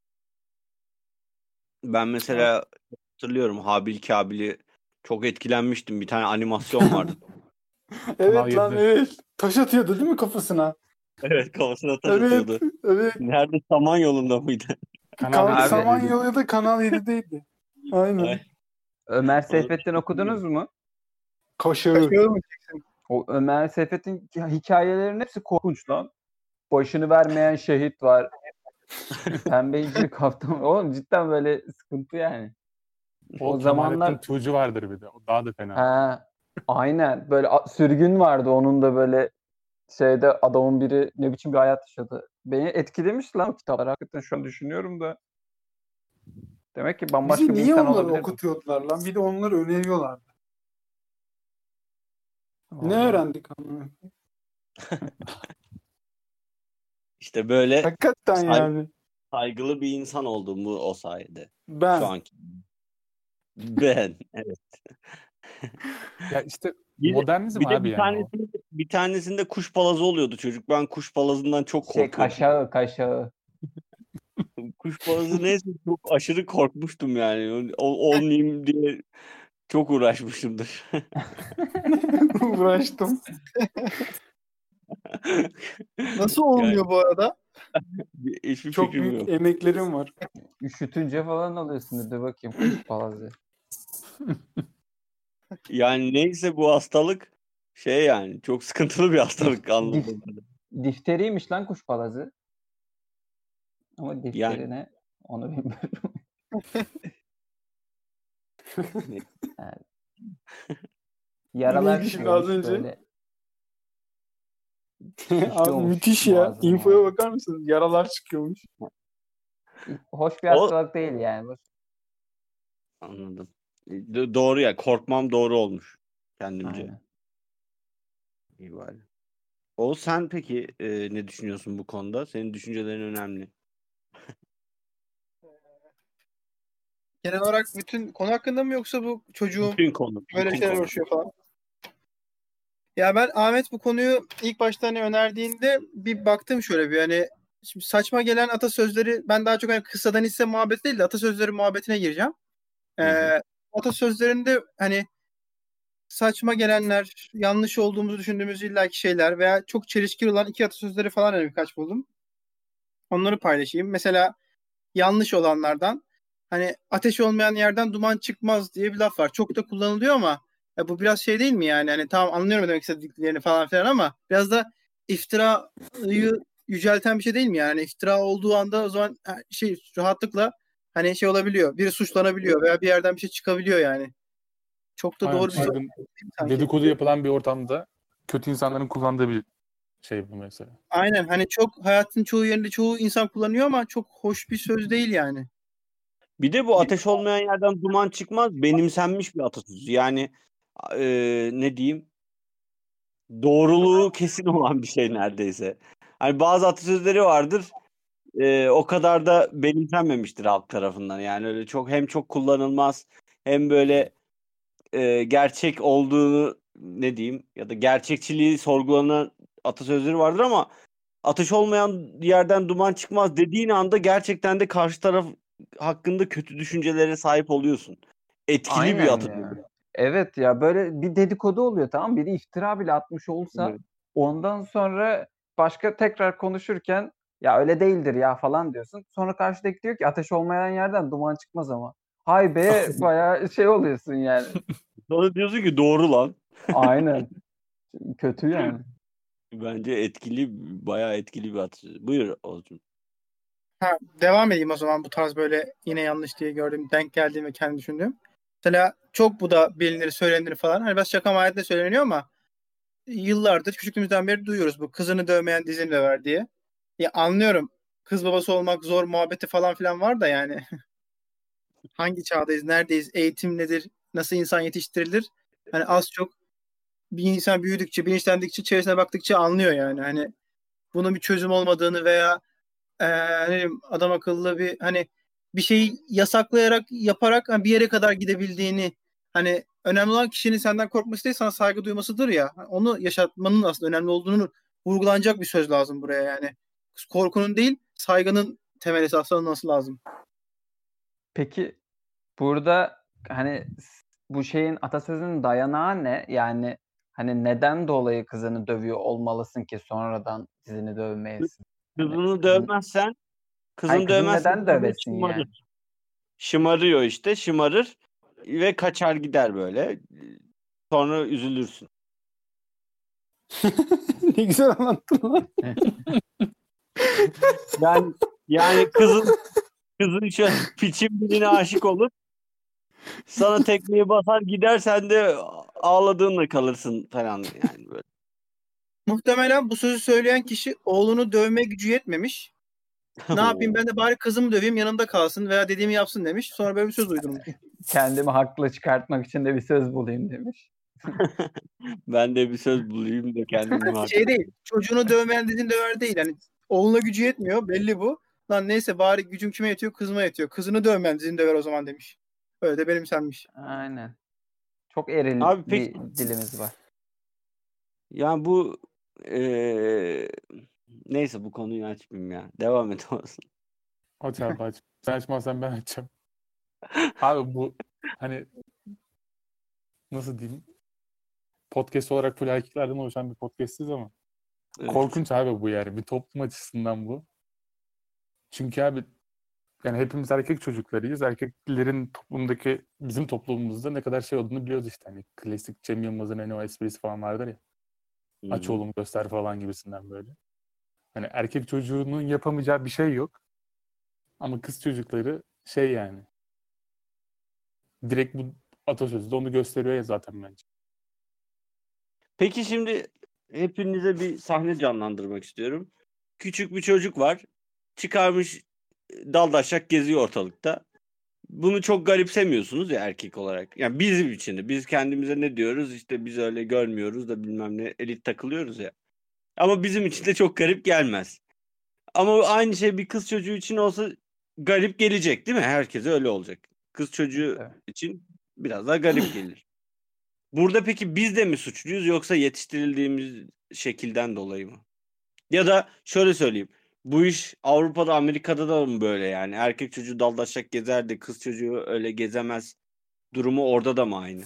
S1: Ben mesela hatırlıyorum Habil Kabil'i çok etkilenmiştim. Bir tane animasyon vardı.
S3: Evet lan,
S5: 7'de.
S3: evet. Taş atıyordu değil mi kafasına?
S1: Evet, kafasına taş
S3: Evet,
S1: atıyordu.
S3: evet.
S1: Nerede? Samanyolu'nda mıydı?
S5: Kanal
S6: Abi-
S3: Samanyolu ya da Kanal 7'deydi. Aynen.
S1: Ay.
S6: Ömer Seyfettin okudunuz mu?
S3: Kaşığı.
S2: Kaçıyor mu?
S6: O Ömer Seyfet'in hikayelerinin hepsi korkunç lan. Başını vermeyen şehit var. Pembe incili kaptan. Oğlum cidden böyle sıkıntı yani.
S5: O
S6: O zamanlar-
S5: Kemalettin Tuğcu vardır bir de. O daha da fena.
S6: Ha, aynen. Böyle sürgün vardı onun da böyle şeyde adamın biri ne biçim bir hayat yaşadı. Beni etkilemiş lan o kitaplar. Hakikaten şu an düşünüyorum da. Demek ki bambaşka
S3: Bizi
S6: bir
S3: niye
S6: insan
S3: onları
S6: olabilir.
S3: okutuyordular lan? Bir de onları öneriyorlardı. Ne
S6: Vallahi.
S3: öğrendik ama?
S1: İşte böyle
S3: Hakikaten
S1: Say-
S3: yani.
S1: saygılı bir insan oldum bu o sayede.
S3: Ben.
S1: Şu anki. Ben. Evet.
S5: Ya işte
S1: Bir,
S5: modernizm
S1: bir de
S5: abi
S1: bir
S5: yani o.
S1: bir tanesinde kuş palazı oluyordu çocuk. Ben kuş palazından çok korkuyordum.
S6: Kaşağı.
S1: Kuş palazı neyse çok aşırı korkmuştum yani. Olmayayım diye çok uğraşmışımdır.
S3: Uğraştım.
S2: Nasıl olmuyor bu arada?
S1: Hiçbir
S3: Çok
S1: fikrim
S3: büyük
S1: yok.
S3: emeklerim var.
S6: Üşütünce falan alıyorsun. Dur bakayım kuş palazı.
S1: Yani neyse bu hastalık şey yani çok sıkıntılı bir hastalık anladığım kadarıyla.
S6: Difteriymiş lan kuş palazı. Ama difteri ne? Onu bilmiyorum.
S1: Ne?
S6: Yani. Yaralar
S3: Neydi şimdi
S6: çıkıyormuş
S3: az önce?
S6: böyle.
S3: Abi
S6: Şişiyormuş
S3: müthiş ya.
S6: boğazım
S3: Infoya
S6: boğazım.
S3: bakar mısın? Yaralar çıkıyormuş.
S6: Hoş bir
S1: O-
S6: hastalık değil yani.
S1: Anladım. Doğru ya korkmam doğru olmuş kendimce.
S6: Aynen.
S1: İyi bari. O sen peki ne düşünüyorsun bu konuda? Senin düşüncelerin önemli.
S2: Genel olarak bütün konu hakkında mı yoksa bu çocuğum
S1: Bütün konu.
S2: böyle
S1: bütün
S2: şeyler
S1: konu.
S2: uğraşıyor falan? Ya ben Ahmet bu konuyu ilk başta hani önerdiğinde bir baktım şöyle bir hani şimdi saçma gelen atasözleri ben daha çok hani kıssadan hisse muhabbeti değil de atasözleri muhabbetine gireceğim.
S1: Hı hı.
S2: Atasözlerinde hani saçma gelenler, yanlış olduğumuzu düşündüğümüz illaki şeyler veya çok çelişkili olan iki atasözleri falan hani birkaç buldum. Onları paylaşayım. Mesela yanlış olanlardan hani ateş olmayan yerden duman çıkmaz diye bir laf var. Çok da kullanılıyor ama bu biraz şey değil mi yani? Hani tamam anlıyorum demek istediklerini falan filan ama biraz da iftirayı yücelten bir şey değil mi yani? Hani iftira olduğu anda o zaman şey rahatlıkla hani şey olabiliyor. Biri suçlanabiliyor veya bir yerden bir şey çıkabiliyor yani. Çok da
S5: Aynen,
S2: doğru bir şey
S5: çılgın,
S2: değil sanki.
S5: dedikodu yapılan bir ortamda kötü insanların kullandığı bir şey bu mesela.
S2: Aynen hani çok hayatın çoğu yerinde çoğu insan kullanıyor ama çok hoş bir söz değil yani.
S1: Bir de bu ateş olmayan yerden duman çıkmaz benimsenmiş bir atasözü. Yani ne diyeyim? Doğruluğu kesin olan bir şey neredeyse. Hani bazı atasözleri vardır. O kadar da benimsenmemiştir halk tarafından. Yani öyle çok hem çok kullanılmaz hem böyle gerçek olduğunu ne diyeyim ya da gerçekçiliği sorgulanan atasözleri vardır ama ateş olmayan yerden duman çıkmaz dediğin anda gerçekten de karşı taraf hakkında kötü düşüncelere sahip oluyorsun. Etkili bir
S6: Aynen
S1: atasözü.
S6: ya. Evet ya böyle bir dedikodu oluyor tamam biri iftira bile atmış olsa
S1: Evet.
S6: ondan sonra başka tekrar konuşurken ya öyle değildir ya falan diyorsun. Sonra karşıdaki diyor ki ateş olmayan yerden duman çıkmaz ama. Hay be bayağı şey oluyorsun yani.
S1: Sonra diyorsun ki doğru lan.
S6: Aynen. Kötü yani.
S1: Bence etkili, bayağı etkili bir atasözü. Buyur Oğuzcum.
S2: Devam edeyim o zaman bu tarz böyle yine yanlış diye gördüğüm, denk geldiğim ve kendi düşündüğüm. Mesela çok bu da bilinir, söylenir falan. Hani biraz şaka mahiyetinde söyleniyor ama yıllardır küçüklüğümüzden beri duyuyoruz bu kızını dövmeyen dizini döver diye. Ya anlıyorum. Kız babası olmak zor muhabbeti falan filan var da yani. Hangi çağdayız, neredeyiz, eğitim nedir, nasıl insan yetiştirilir? Hani az çok bir insan büyüdükçe, bilinçlendikçe, çevresine baktıkça anlıyor yani. Hani bunun bir çözüm olmadığını veya ne bileyim, adam akıllı bir hani bir şeyi yasaklayarak yaparak hani bir yere kadar gidebildiğini hani önemli olan kişinin senden korkması değil sana saygı duymasıdır ya. Onu yaşatmanın aslında önemli olduğunu vurgulanacak bir söz lazım buraya yani. Korkunun değil saygının temel esası alınması lazım.
S6: Peki burada hani bu şeyin atasözünün dayanağı ne? Yani hani neden dolayı kızını dövüyor olmalısın ki sonradan dizini dövmeyesin? Hani
S1: Kızını
S6: kızın,
S1: dövmezsen,
S6: hayır
S1: kızını
S6: kızını
S1: dövmezsen
S6: neden
S1: böyle
S6: dövesin yani?
S1: şımarır. Şımarıyor işte, şımarır ve kaçar gider böyle. Sonra üzülürsün.
S3: Ne güzel anlattın lan.
S1: Yani kızın şöyle piçin birine aşık olur. Sana tekmeyi basar gider, sen de ağladığınla kalırsın falan yani böyle.
S2: Muhtemelen bu sözü söyleyen kişi oğlunu dövme gücü yetmemiş. Ne yapayım ben de bari kızımı döveyim yanımda kalsın veya dediğimi yapsın demiş. Sonra böyle bir söz uydurmuş.
S6: Kendimi haklı çıkartmak için de bir söz bulayım demiş.
S1: Ben de bir söz bulayım da kendimi haklı.
S2: Şey değil. Çocuğunu dövmeyen dediğin döver değil. Yani oğluna gücü yetmiyor. Belli bu. Lan neyse bari gücüm kime yetiyor? Kızıma yetiyor. Kızını dövmeyen dediğin döver o zaman demiş. Öyle de benimsenmiş.
S6: Aynen. Çok eril
S1: Abi peki-
S6: bir dilimiz var.
S1: Yani bu neyse bu konuyu açmayayım ya. Devam et olsun.
S5: Aç abi aç. Sen açmazsan ben açacağım. Abi bu hani nasıl diyeyim? Podcast olarak full erkeklerden oluşan bir podcastiz ama
S1: Evet.
S5: korkunç abi bu yani. Bir toplum açısından bu. Çünkü abi yani hepimiz erkek çocuklarıyız. Erkeklerin toplumdaki bizim toplumumuzda ne kadar şey olduğunu biliyoruz işte. Hani klasik Cem Yılmaz'ın hani o esprisi falan vardır ya. Aç
S1: Hı.
S5: oğlum göster falan gibisinden böyle. Hani erkek çocuğunun yapamayacağı bir şey yok. Ama kız çocukları şey yani. Direkt bu atasözü de onu gösteriyor ya zaten bence.
S1: Peki şimdi hepinize bir sahne canlandırmak istiyorum. Küçük bir çocuk var. Çıkarmış daldaşak geziyor ortalıkta. Bunu çok garipsemiyorsunuz ya erkek olarak. Yani bizim için de. Biz kendimize ne diyoruz? İşte biz öyle görmüyoruz da bilmem ne elit takılıyoruz ya. Ama bizim için de çok garip gelmez. Ama aynı şey bir kız çocuğu için olsa garip gelecek değil mi? Herkese öyle olacak. Kız çocuğu
S6: Evet.
S1: için biraz daha garip gelir. Burada peki biz de mi suçluyuz yoksa yetiştirildiğimiz şekilden dolayı mı? Ya da şöyle söyleyeyim. Bu iş Avrupa'da, Amerika'da da mı böyle yani? Erkek çocuğu daldaşak gezer de kız çocuğu öyle gezemez. Durumu orada da mı aynı?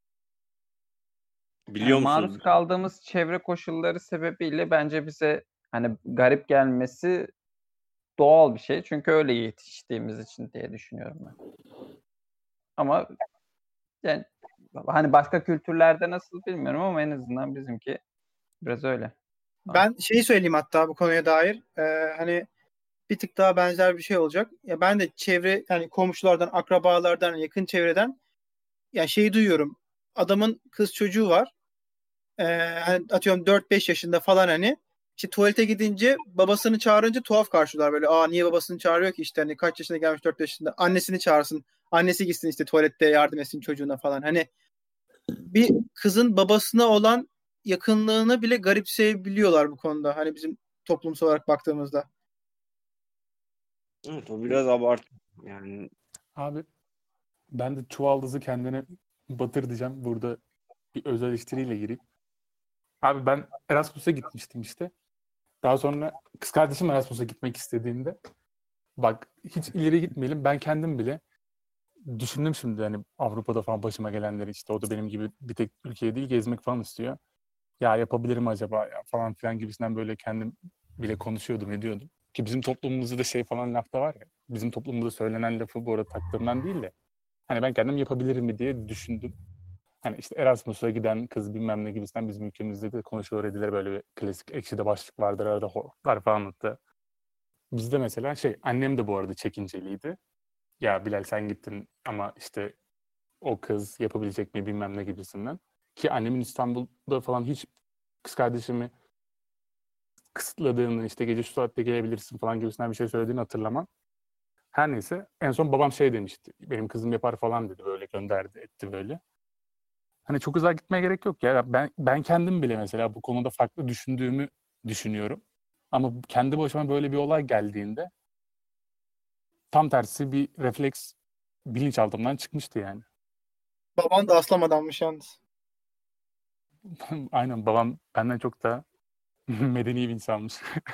S1: Biliyor
S6: Yani
S1: musunuz?
S6: maruz kaldığımız çevre koşulları sebebiyle bence bize hani garip gelmesi doğal bir şey. Çünkü öyle yetiştiğimiz için diye düşünüyorum ben. Ama yani hani başka kültürlerde nasıl bilmiyorum ama en azından bizimki biraz öyle.
S2: Ben şeyi söyleyeyim hatta bu konuya dair. Hani bir tık daha benzer bir şey olacak. Ya ben de çevre yani komşulardan, akrabalardan, yakın çevreden ya şeyi duyuyorum. Adamın kız çocuğu var. Hani atıyorum 4-5 yaşında falan hani. İşte tuvalete gidince babasını çağırınca tuhaf karşılar böyle. Aa niye babasını çağırıyor ki işte hani kaç yaşına gelmiş 4 yaşında. Annesini çağırsın. Annesi gitsin işte tuvalette yardım etsin çocuğuna falan. Hani bir kızın babasına olan yakınlığını bile garipseyebiliyorlar bu konuda. Hani bizim toplumsal olarak baktığımızda.
S1: Evet, o biraz abartı. Yani
S5: Abi ben de çuvaldızı kendine batır diyeceğim. Burada bir öz eleştiriyle gireyim. Abi ben Erasmus'a gitmiştim işte. Daha sonra kız kardeşim Erasmus'a gitmek istediğinde bak hiç ileri gitmeyelim. Ben kendim bile düşündüm şimdi hani Avrupa'da falan başıma gelenleri işte o da benim gibi bir tek ülkeye değil gezmek falan istiyor. Ya yapabilirim acaba ya falan filan gibisinden böyle kendim bile konuşuyordum ediyordum. Ki bizim toplumumuzda da şey falan laf da var ya. Bizim toplumumuzda söylenen lafı bu arada taktığımdan değil de hani ben kendim yapabilirim mi diye düşündüm. Hani işte Erasmus'a giden kız bilmem ne gibisinden bizim ülkemizde de konuşulur edilir böyle bir klasik ekşide başlık vardır arada hortlar falan hatta. Bizde mesela şey annem de bu arada çekinceliydi. Ya Bilal sen gittin ama işte o kız yapabilecek mi bilmem ne gibisinden. Ki annemin İstanbul'da falan hiç kız kardeşimi kısıtladığını işte gece şu saatte gelebilirsin falan gibisinden bir şey söylediğini hatırlamam. Her neyse en son babam şey demişti. Benim kızım yapar falan dedi. Böyle gönderdi etti böyle. Hani çok uzağa gitmeye gerek yok ya. Ben kendim bile mesela bu konuda farklı düşündüğümü düşünüyorum. Ama kendi başıma böyle bir olay geldiğinde tam tersi bir refleks bilinçaltımdan çıkmıştı yani.
S2: Baban da aslan adammış yalnız.
S5: Aynen babam benden çok daha medeni bir insanmış.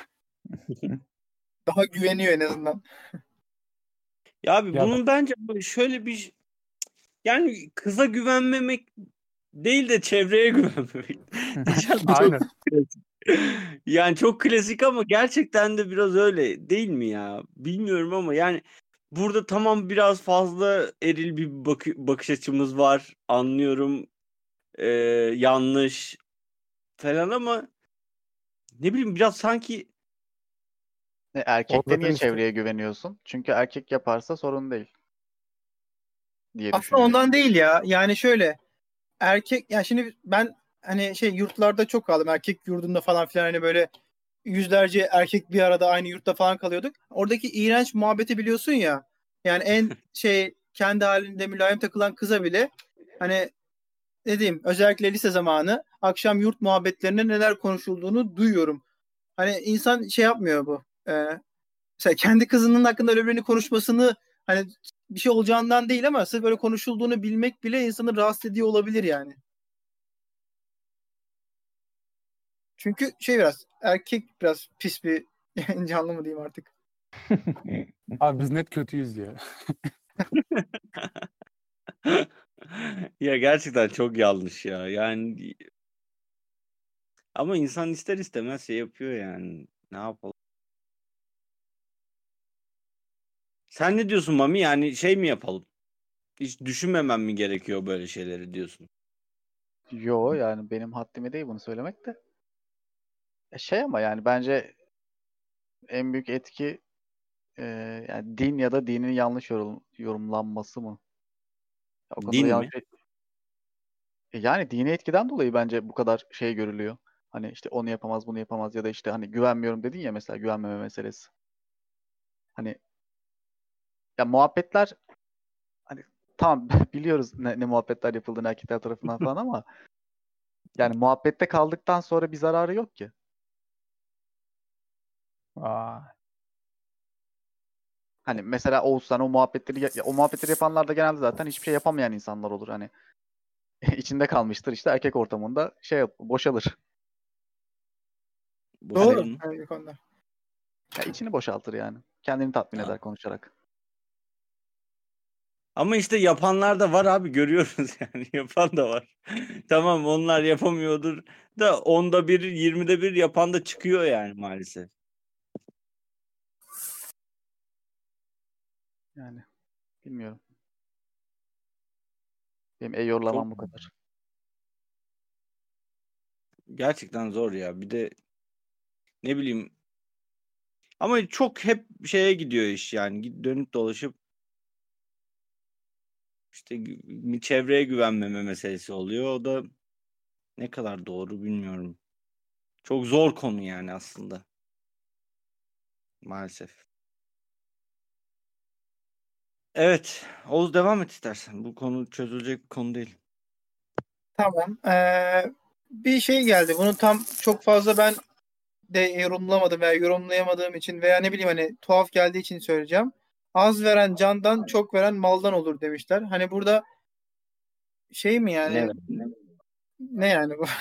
S2: Daha güveniyor en azından.
S1: ya abi
S5: Ya
S1: bunun bence şöyle bir yani kıza güvenmemek değil de çevreye güvenmemek. Diyeceğim çok
S5: aynen.
S1: klasik. Yani çok klasik ama gerçekten de biraz öyle değil mi ya? Bilmiyorum ama yani burada tamam biraz fazla eril bir bakış açımız var. Anlıyorum. yanlış falan ama ne bileyim biraz sanki
S4: Erkekte
S5: Zaten
S4: niye
S5: işte-
S4: çevreye güveniyorsun? Çünkü erkek yaparsa sorun değil diye
S2: Aslında
S4: düşünüyorum.
S2: ondan değil ya. Yani şöyle erkek yani şimdi ben hani yurtlarda çok kaldım. Erkek yurdunda falan filan hani böyle yüzlerce erkek bir arada aynı yurtta falan kalıyorduk. Oradaki iğrenç muhabbeti biliyorsun ya. Yani en kendi halinde mülayim takılan kıza bile hani ne diyeyim özellikle lise zamanı akşam yurt muhabbetlerinde neler konuşulduğunu duyuyorum. Hani insan yapmıyor bu. Mesela kendi kızının hakkında öyle birini konuşmasını hani bir şey olacağından değil ama sırf böyle konuşulduğunu bilmek bile insanı rahatsız ediyor olabilir yani. Çünkü biraz erkek biraz pis bir canlı mı diyeyim artık.
S5: Abi biz net kötüyüz ya.
S1: ya gerçekten çok yanlış ya. Yani ama insan ister istemez yapıyor yani. Ne yapalım? Sen ne diyorsun Mami? Yani mi yapalım? Hiç düşünmemem mi gerekiyor böyle şeyleri diyorsun?
S4: Yo yani benim haddime değil bunu söylemek de. Ama yani bence en büyük etki yani din ya da dinin yanlış yorumlanması mı? O konuda da
S1: Din
S4: yanlış
S1: mi?
S4: yani dini etkiden dolayı bence bu kadar görülüyor. Hani işte onu yapamaz, bunu yapamaz ya da işte hani güvenmiyorum dedin ya mesela güvenmeme meselesi. Hani ya muhabbetler hani tamam biliyoruz ne muhabbetler yapıldığını erkekler tarafından falan ama yani muhabbette kaldıktan sonra bir zararı yok ki.
S6: Vay.
S4: Hani mesela Oğuzhan o muhabbetleri yapanlar da genelde zaten hiçbir şey yapamayan insanlar olur. Hani içinde kalmıştır işte erkek ortamında boşalır.
S2: Doğru.
S1: Boşalır mı?
S2: Yani bir konuda.
S4: Ya içini boşaltır yani. Kendini tatmin
S1: Ha.
S4: eder konuşarak.
S1: Ama işte yapanlar da var abi görüyoruz yani yapan da var. Tamam onlar yapamıyordur da onda bir 20'de bir yapan da çıkıyor yani maalesef.
S4: Yani bilmiyorum. Benim
S1: Çok
S4: yorumlamam bu kadar.
S1: gerçekten zor ya. Bir de ne bileyim ama çok hep gidiyor iş yani dönüp dolaşıp işte çevreye güvenmeme meselesi oluyor. O da ne kadar doğru bilmiyorum. Çok zor konu yani aslında maalesef. Evet, Oğuz devam et istersen. Bu konu çözülecek bir konu değil.
S2: Tamam. Bir geldi. Bunu tam çok fazla ben de yorumlamadım veya yorumlayamadığım için veya ne bileyim hani tuhaf geldiği için söyleyeceğim. Az veren candan çok veren maldan olur demişler. Hani burada mi yani
S6: Evet.
S2: ne yani bu?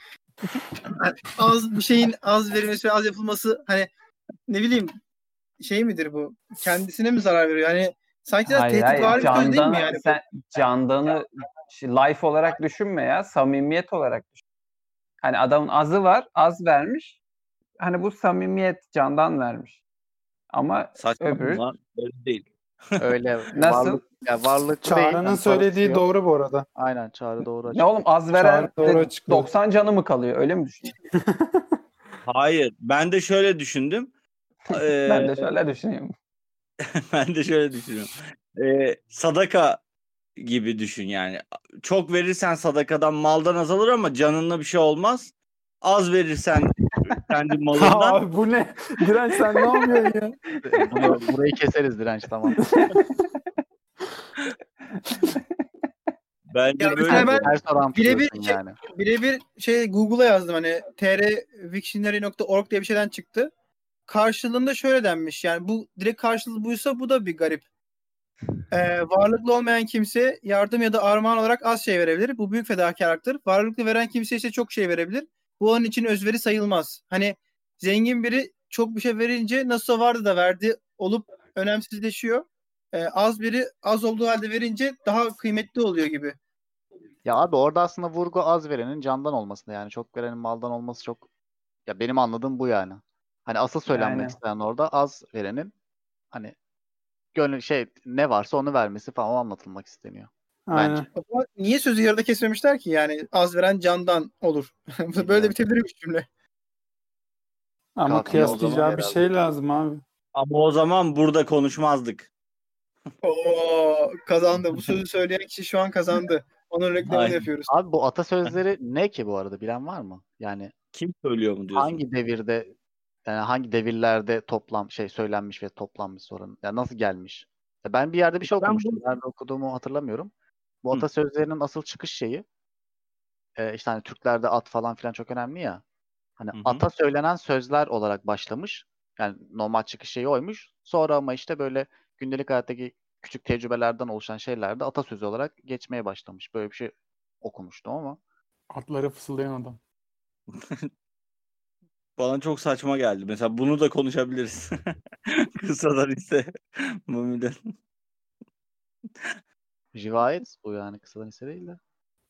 S2: Az bir şeyin az verilmesi ve az yapılması hani ne bileyim midir bu? Kendisine mi zarar veriyor? Yani sanki biraz
S6: Hayır hayır.
S2: tehditvari bir söz değil mi yani bu?
S6: Sen candanı life olarak düşünme ya. Samimiyet olarak düşün. Hani adamın azı var. Az vermiş. Hani bu samimiyet candan vermiş. Ama öbürü
S1: Saçmalama öyle değil.
S4: Öyle
S6: nasıl?
S4: varlıklı değil.
S3: Çağrı'nın
S4: Hani parası
S3: söylediği
S4: yok.
S3: doğru bu arada.
S4: Aynen Çağrı doğru
S6: Ne oğlum
S4: açıklıyor.
S6: az
S3: Çağrı
S6: veren
S3: doğru
S6: de
S3: açıklıyor.
S6: 90 canı mı kalıyor? Öyle mi düşünüyorsun?
S1: Hayır, ben de şöyle düşündüm.
S6: Ben de şöyle düşünüyorum.
S1: Ben de şöyle düşünüyorum. Sadaka gibi düşün yani. Çok verirsen sadakadan maldan azalır ama canınla bir şey olmaz. Az verirsen kendi malından
S3: Abi bu ne? Direnç sen ne yapıyorsun ya?
S4: Burayı keseriz direnç tamam.
S1: bence
S2: Ya
S1: böyle
S2: mesela ben
S4: Ters orantı
S2: birebir
S4: diyorsun yani.
S2: birebir Google'a yazdım hani trvictionary.org diye bir şeyden çıktı. Karşılığında şöyle denmiş. Yani bu direkt karşılığı buysa bu da bir garip. Varlıklı olmayan kimse yardım ya da armağan olarak az şey verebilir. Bu büyük fedakarlıktır. Varlıklı veren kimse ise çok şey verebilir. Bu onun için özveri sayılmaz. Hani zengin biri çok bir şey verince nasıl vardı da verdi olup önemsizleşiyor. Az biri az olduğu halde verince daha kıymetli oluyor gibi.
S4: Ya abi orada aslında vurgu az verenin candan olmasında yani çok verenin maldan olması çok ya benim anladığım bu yani. Hani asıl söylenmek
S6: Yani
S4: istenen orada az verenin hani gönül ne varsa onu vermesi falan o anlatılmak isteniyor.
S3: Aynen.
S2: Ama niye sözü yarıda kesmemişler ki? Yani az veren candan olur. Böyle de bitebilirmiş cümle.
S3: Ama
S4: Kafiye o zaman
S3: kıyaslayacağı bir şey lazım abi.
S1: Ama o zaman burada konuşmazdık.
S2: Oo, kazandı. Bu sözü söyleyen kişi şu an kazandı. Onun reklamını
S1: Aynen.
S2: yapıyoruz.
S4: Abi bu atasözleri ne ki bu arada, bilen var mı? Yani
S1: Kim söylüyor mu diyorsun?
S4: hangi devirde, yani hangi devirlerde söylenmiş ve toplanmış sonra, yani nasıl gelmiş? Ben bir yerde bir şey
S1: Ben
S4: okumuştum. Nerede okuduğumu hatırlamıyorum. Bu atasözlerinin asıl çıkış şeyi, işte hani Türklerde at falan filan çok önemli ya. Hani ata söylenen sözler olarak başlamış. Yani normal çıkış şeyi oymuş. Sonra ama işte böyle gündelik hayattaki küçük tecrübelerden oluşan şeyler de atasözü olarak geçmeye başlamış. Böyle bir şey okumuştum ama.
S5: Atları fısıldayan adam.
S1: Bana çok saçma geldi. Mesela bunu da konuşabiliriz. Kısadan ise Mami'den.
S4: Rivayet bu, yani kısadan hisse değil de.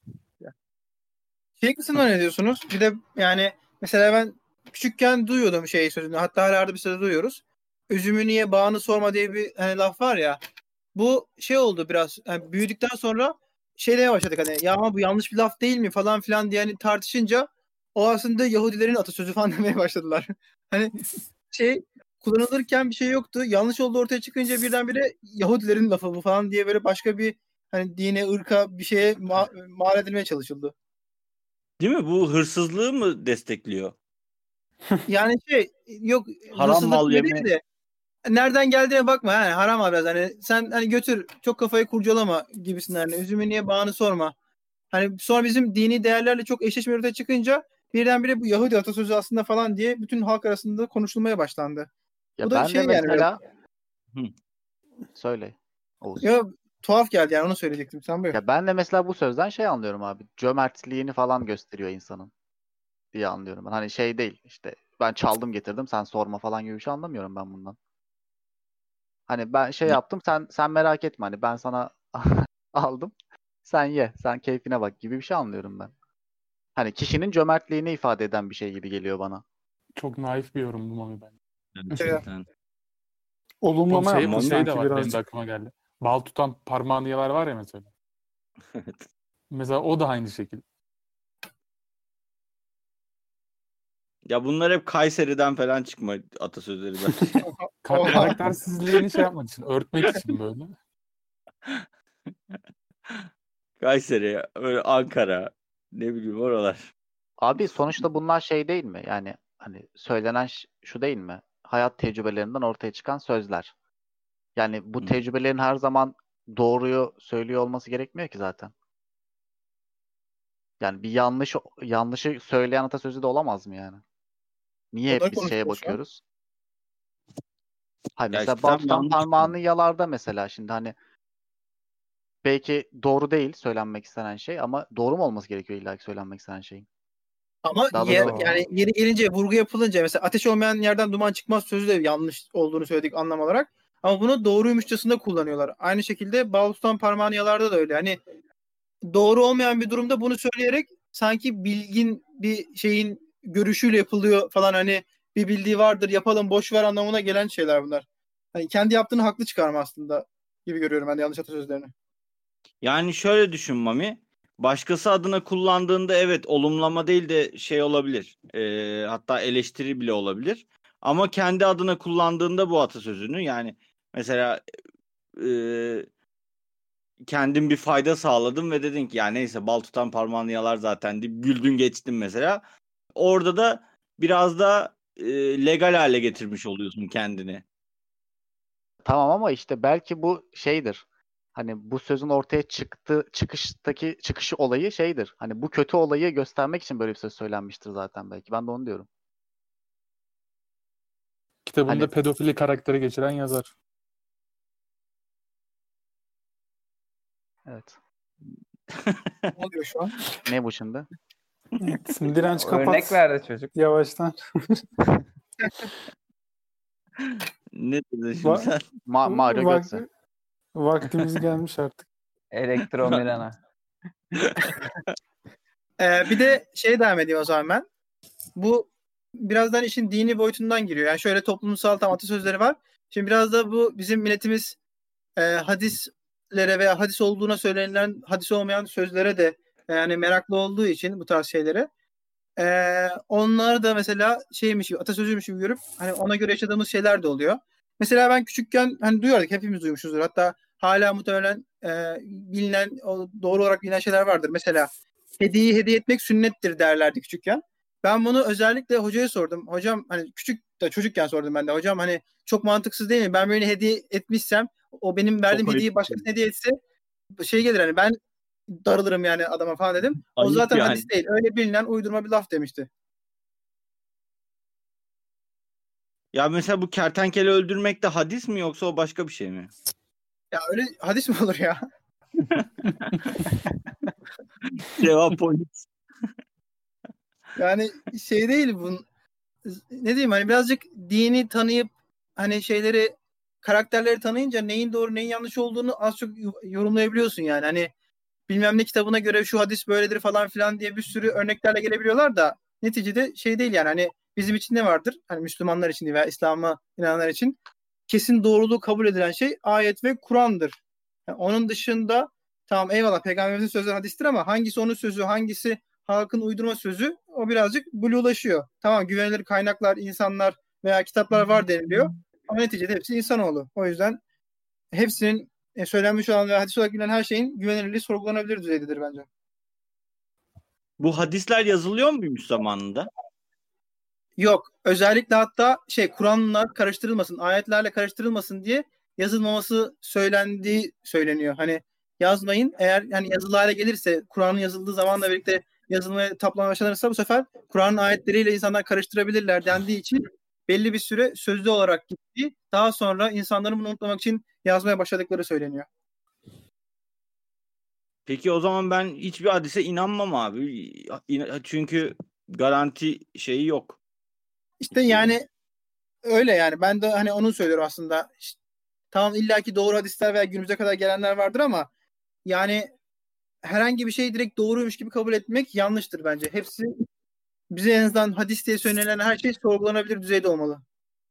S2: Şey kısmına ne diyorsunuz? Bir de yani mesela ben küçükken duyuyordum şey sözünü. Hatta hala arada bir sırada duyuyoruz. Üzümü niye bağını sorma diye bir hani laf var ya. Bu şey oldu biraz. Yani büyüdükten sonra şeyle başladık hani ya ama bu yanlış bir laf değil mi falan filan diye hani tartışınca o aslında Yahudilerin atasözü falan demeye başladılar. Hani şey kullanılırken bir şey yoktu. Yanlış olduğu ortaya çıkınca birdenbire Yahudilerin lafı bu falan diye böyle başka bir hani dine, ırka bir şeye mal edilmeye çalışıldı.
S1: Değil mi? Bu hırsızlığı mı destekliyor?
S2: Yani şey yok
S1: Haram
S2: hırsızlık
S1: mal
S2: bile
S1: yeme.
S2: değil de nereden geldiğine bakma. He, haram abi biraz hani sen hani götür çok kafayı kurcalama gibisinden. Hani, üzümü niye bağını sorma. Hani sonra bizim dini değerlerle çok eşleşme ortaya çıkınca birdenbire bu Yahudi atasözü aslında falan diye bütün halk arasında konuşulmaya başlandı.
S4: Ya
S2: Bu da
S4: ben de
S2: şey yani biraz
S4: mesela söyle Oğuz.
S2: ya, tuhaf geldi yani onu söyleyecektim. Sen buyur.
S4: Ya ben de mesela bu sözden şey anlıyorum abi. Cömertliğini falan gösteriyor insanın diye anlıyorum ben. Hani şey değil işte, ben çaldım getirdim sen sorma falan gibi bir şey anlamıyorum ben bundan. Hani ben şey yaptım, sen merak etme, hani ben sana aldım. Sen ye, sen keyfine bak gibi bir şey anlıyorum ben. Hani kişinin cömertliğini ifade eden bir şey gibi geliyor bana.
S5: Çok naif bir yorum bu Mami ben.
S1: Gerçekten.
S3: Olumlama
S5: Şey,
S3: yaptı
S5: şey de
S3: sanki
S5: var, benim de
S3: birazcık.
S5: aklıma geldi. Bal tutan parmağını yalar var ya mesela. Mesela o da aynı şekilde.
S1: Ya bunlar hep Kayseri'den falan çıkma atasözleri bence.
S2: Oha.
S5: Karaktersizliğini şey yapmak için, örtmek için böyle.
S1: Kayseri, öyle Ankara, ne bileyim oralar.
S4: Abi sonuçta bunlar şey değil mi? Yani hani söylenen şu değil mi? Hayat tecrübelerinden ortaya çıkan sözler. Yani bu tecrübelerin her zaman doğruyu söylüyor olması gerekmiyor ki zaten. Yani bir yanlışı söyleyen atasözü de olamaz mı yani? Niye hep
S2: Onları
S4: biz şeye
S2: konuşuyoruz şu an.
S4: bakıyoruz? Hayır
S1: Ya
S4: mesela
S1: işte
S4: bal
S1: tam
S4: tutan
S1: yanlış.
S4: parmağını yalarda mesela, şimdi hani belki doğru değil söylenmek istenen şey ama doğru mu olması gerekiyor illa ki söylenmek istenen şeyin?
S2: Ama
S4: Daha doğrusu
S2: yani yeri gelince vurgu yapılınca mesela ateş olmayan yerden duman çıkmaz sözü de yanlış olduğunu söyledik anlam olarak. Ama bunu doğruymuşçasına kullanıyorlar. Aynı şekilde bal tutan parmağını yalarda da öyle. Hani doğru olmayan bir durumda bunu söyleyerek sanki bilgin bir şeyin görüşüyle yapılıyor falan hani bir bildiği vardır yapalım boş ver anlamına gelen şeyler bunlar. Hani kendi yaptığını haklı çıkarma aslında gibi görüyorum ben de yanlış atasözlerini.
S1: Yani şöyle düşün Mami. Başkası adına kullandığında evet olumlama değil de şey olabilir. Hatta eleştiri bile olabilir. Ama kendi adına kullandığında bu atasözünü yani mesela kendin bir fayda sağladın ve dedin ki ya neyse bal tutan parmağını yalar zaten deyip güldün geçtin mesela. Orada da biraz da legal hale getirmiş oluyorsun kendini.
S4: tamam ama işte belki bu şeydir. Hani bu sözün ortaya çıkışı olayı şeydir. Hani bu kötü olayı göstermek için böyle bir söz söylenmiştir zaten belki. Ben de onu diyorum.
S5: Kitabında
S4: Hani
S5: pedofili karakteri geçiren yazar.
S4: evet.
S2: Ne oluyor şu an?
S4: Ne bu şimdi?
S3: Evet, direnç
S6: Örnek
S3: kapat.
S6: verdi çocuk.
S3: Yavaştan.
S1: Ne dedin şimdi
S3: Va-
S1: sen?
S4: Mario Götze.
S3: Vaktimiz gelmiş artık.
S6: Elektro Mirana.
S2: Bir de şey devam edeyim o zaman ben. Bu birazdan işin dini boyutundan giriyor. Yani şöyle toplumsal tam atasözleri var. Şimdi biraz da bu bizim milletimiz hadis ayetlere veya hadis olduğuna söylenilen hadis olmayan sözlere de yani meraklı olduğu için bu tarz şeylere onlar da mesela şeymiş gibi, atasözüymüş gibi görüp hani ona göre yaşadığımız şeyler de oluyor. Mesela ben küçükken hani duyuyorduk, hepimiz duymuşuzdur. Hatta hala muhtemelen bilinen, doğru olarak bilinen şeyler vardır. Mesela hediye etmek sünnettir derlerdi küçükken. Ben bunu özellikle hocaya sordum. Hocam hani çocukken sordum ben de. Hocam hani çok mantıksız değil mi? Ben böyle hediye etmişsem o benim verdiğim hediyeyi başkasına hediye etse şey gelir hani ben darılırım yani adama falan dedim. O
S1: Ayıp
S2: zaten
S1: yani.
S2: hadis değil. Öyle bilinen uydurma bir laf demişti.
S1: Ya mesela bu kertenkele öldürmek de hadis mi yoksa o başka bir şey mi?
S2: Ya öyle hadis mi olur ya?
S1: Cevap polis.
S2: Yani şey değil bunun. Ne diyeyim hani birazcık dini tanıyıp hani şeyleri, karakterleri tanıyınca neyin doğru neyin yanlış olduğunu az çok yorumlayabiliyorsun yani. Hani bilmem ne kitabına göre şu hadis böyledir falan filan diye bir sürü örneklerle gelebiliyorlar da neticede şey değil yani hani bizim için ne vardır? Hani Müslümanlar için veya İslam'a inananlar için kesin doğruluğu kabul edilen şey ayet ve Kur'an'dır. Yani onun dışında tamam eyvallah peygamberimizin sözü hadistir ama hangisi onun sözü, hangisi halkın uydurma sözü o birazcık blulaşıyor. Tamam güvenilir kaynaklar, insanlar veya kitaplar var deniliyor ama neticede hepsi insanoğlu. O yüzden hepsinin söylenmiş olan ve hadis olarak bilinen her şeyin güvenilirliği sorgulanabilir düzeydedir bence.
S1: Bu hadisler yazılıyor muymuş zamanında?
S2: Yok. Özellikle hatta Kur'an'la karıştırılmasın, ayetlerle karıştırılmasın diye yazılmaması söylendiği söyleniyor. Hani yazmayın. Eğer yani yazılı hale gelirse Kur'an'ın yazıldığı zamanla birlikte yazılmaya taplanmaya başlanırsa bu sefer Kur'an'ın ayetleriyle insanlar karıştırabilirler dendiği için belli bir süre sözlü olarak gitti. Daha sonra insanların bunu unutmamak için yazmaya başladıkları söyleniyor.
S1: Peki o zaman ben hiçbir hadise inanmam abi. Çünkü garanti şeyi yok.
S2: İşte yani öyle yani. Ben de hani onu söylüyorum aslında. İşte, tamam illaki doğru hadisler veya günümüze kadar gelenler vardır ama yani herhangi bir şey direkt doğruymuş gibi kabul etmek yanlıştır bence. Hepsi bize en azından hadis diye söylenen her şey sorgulanabilir düzeyde olmalı.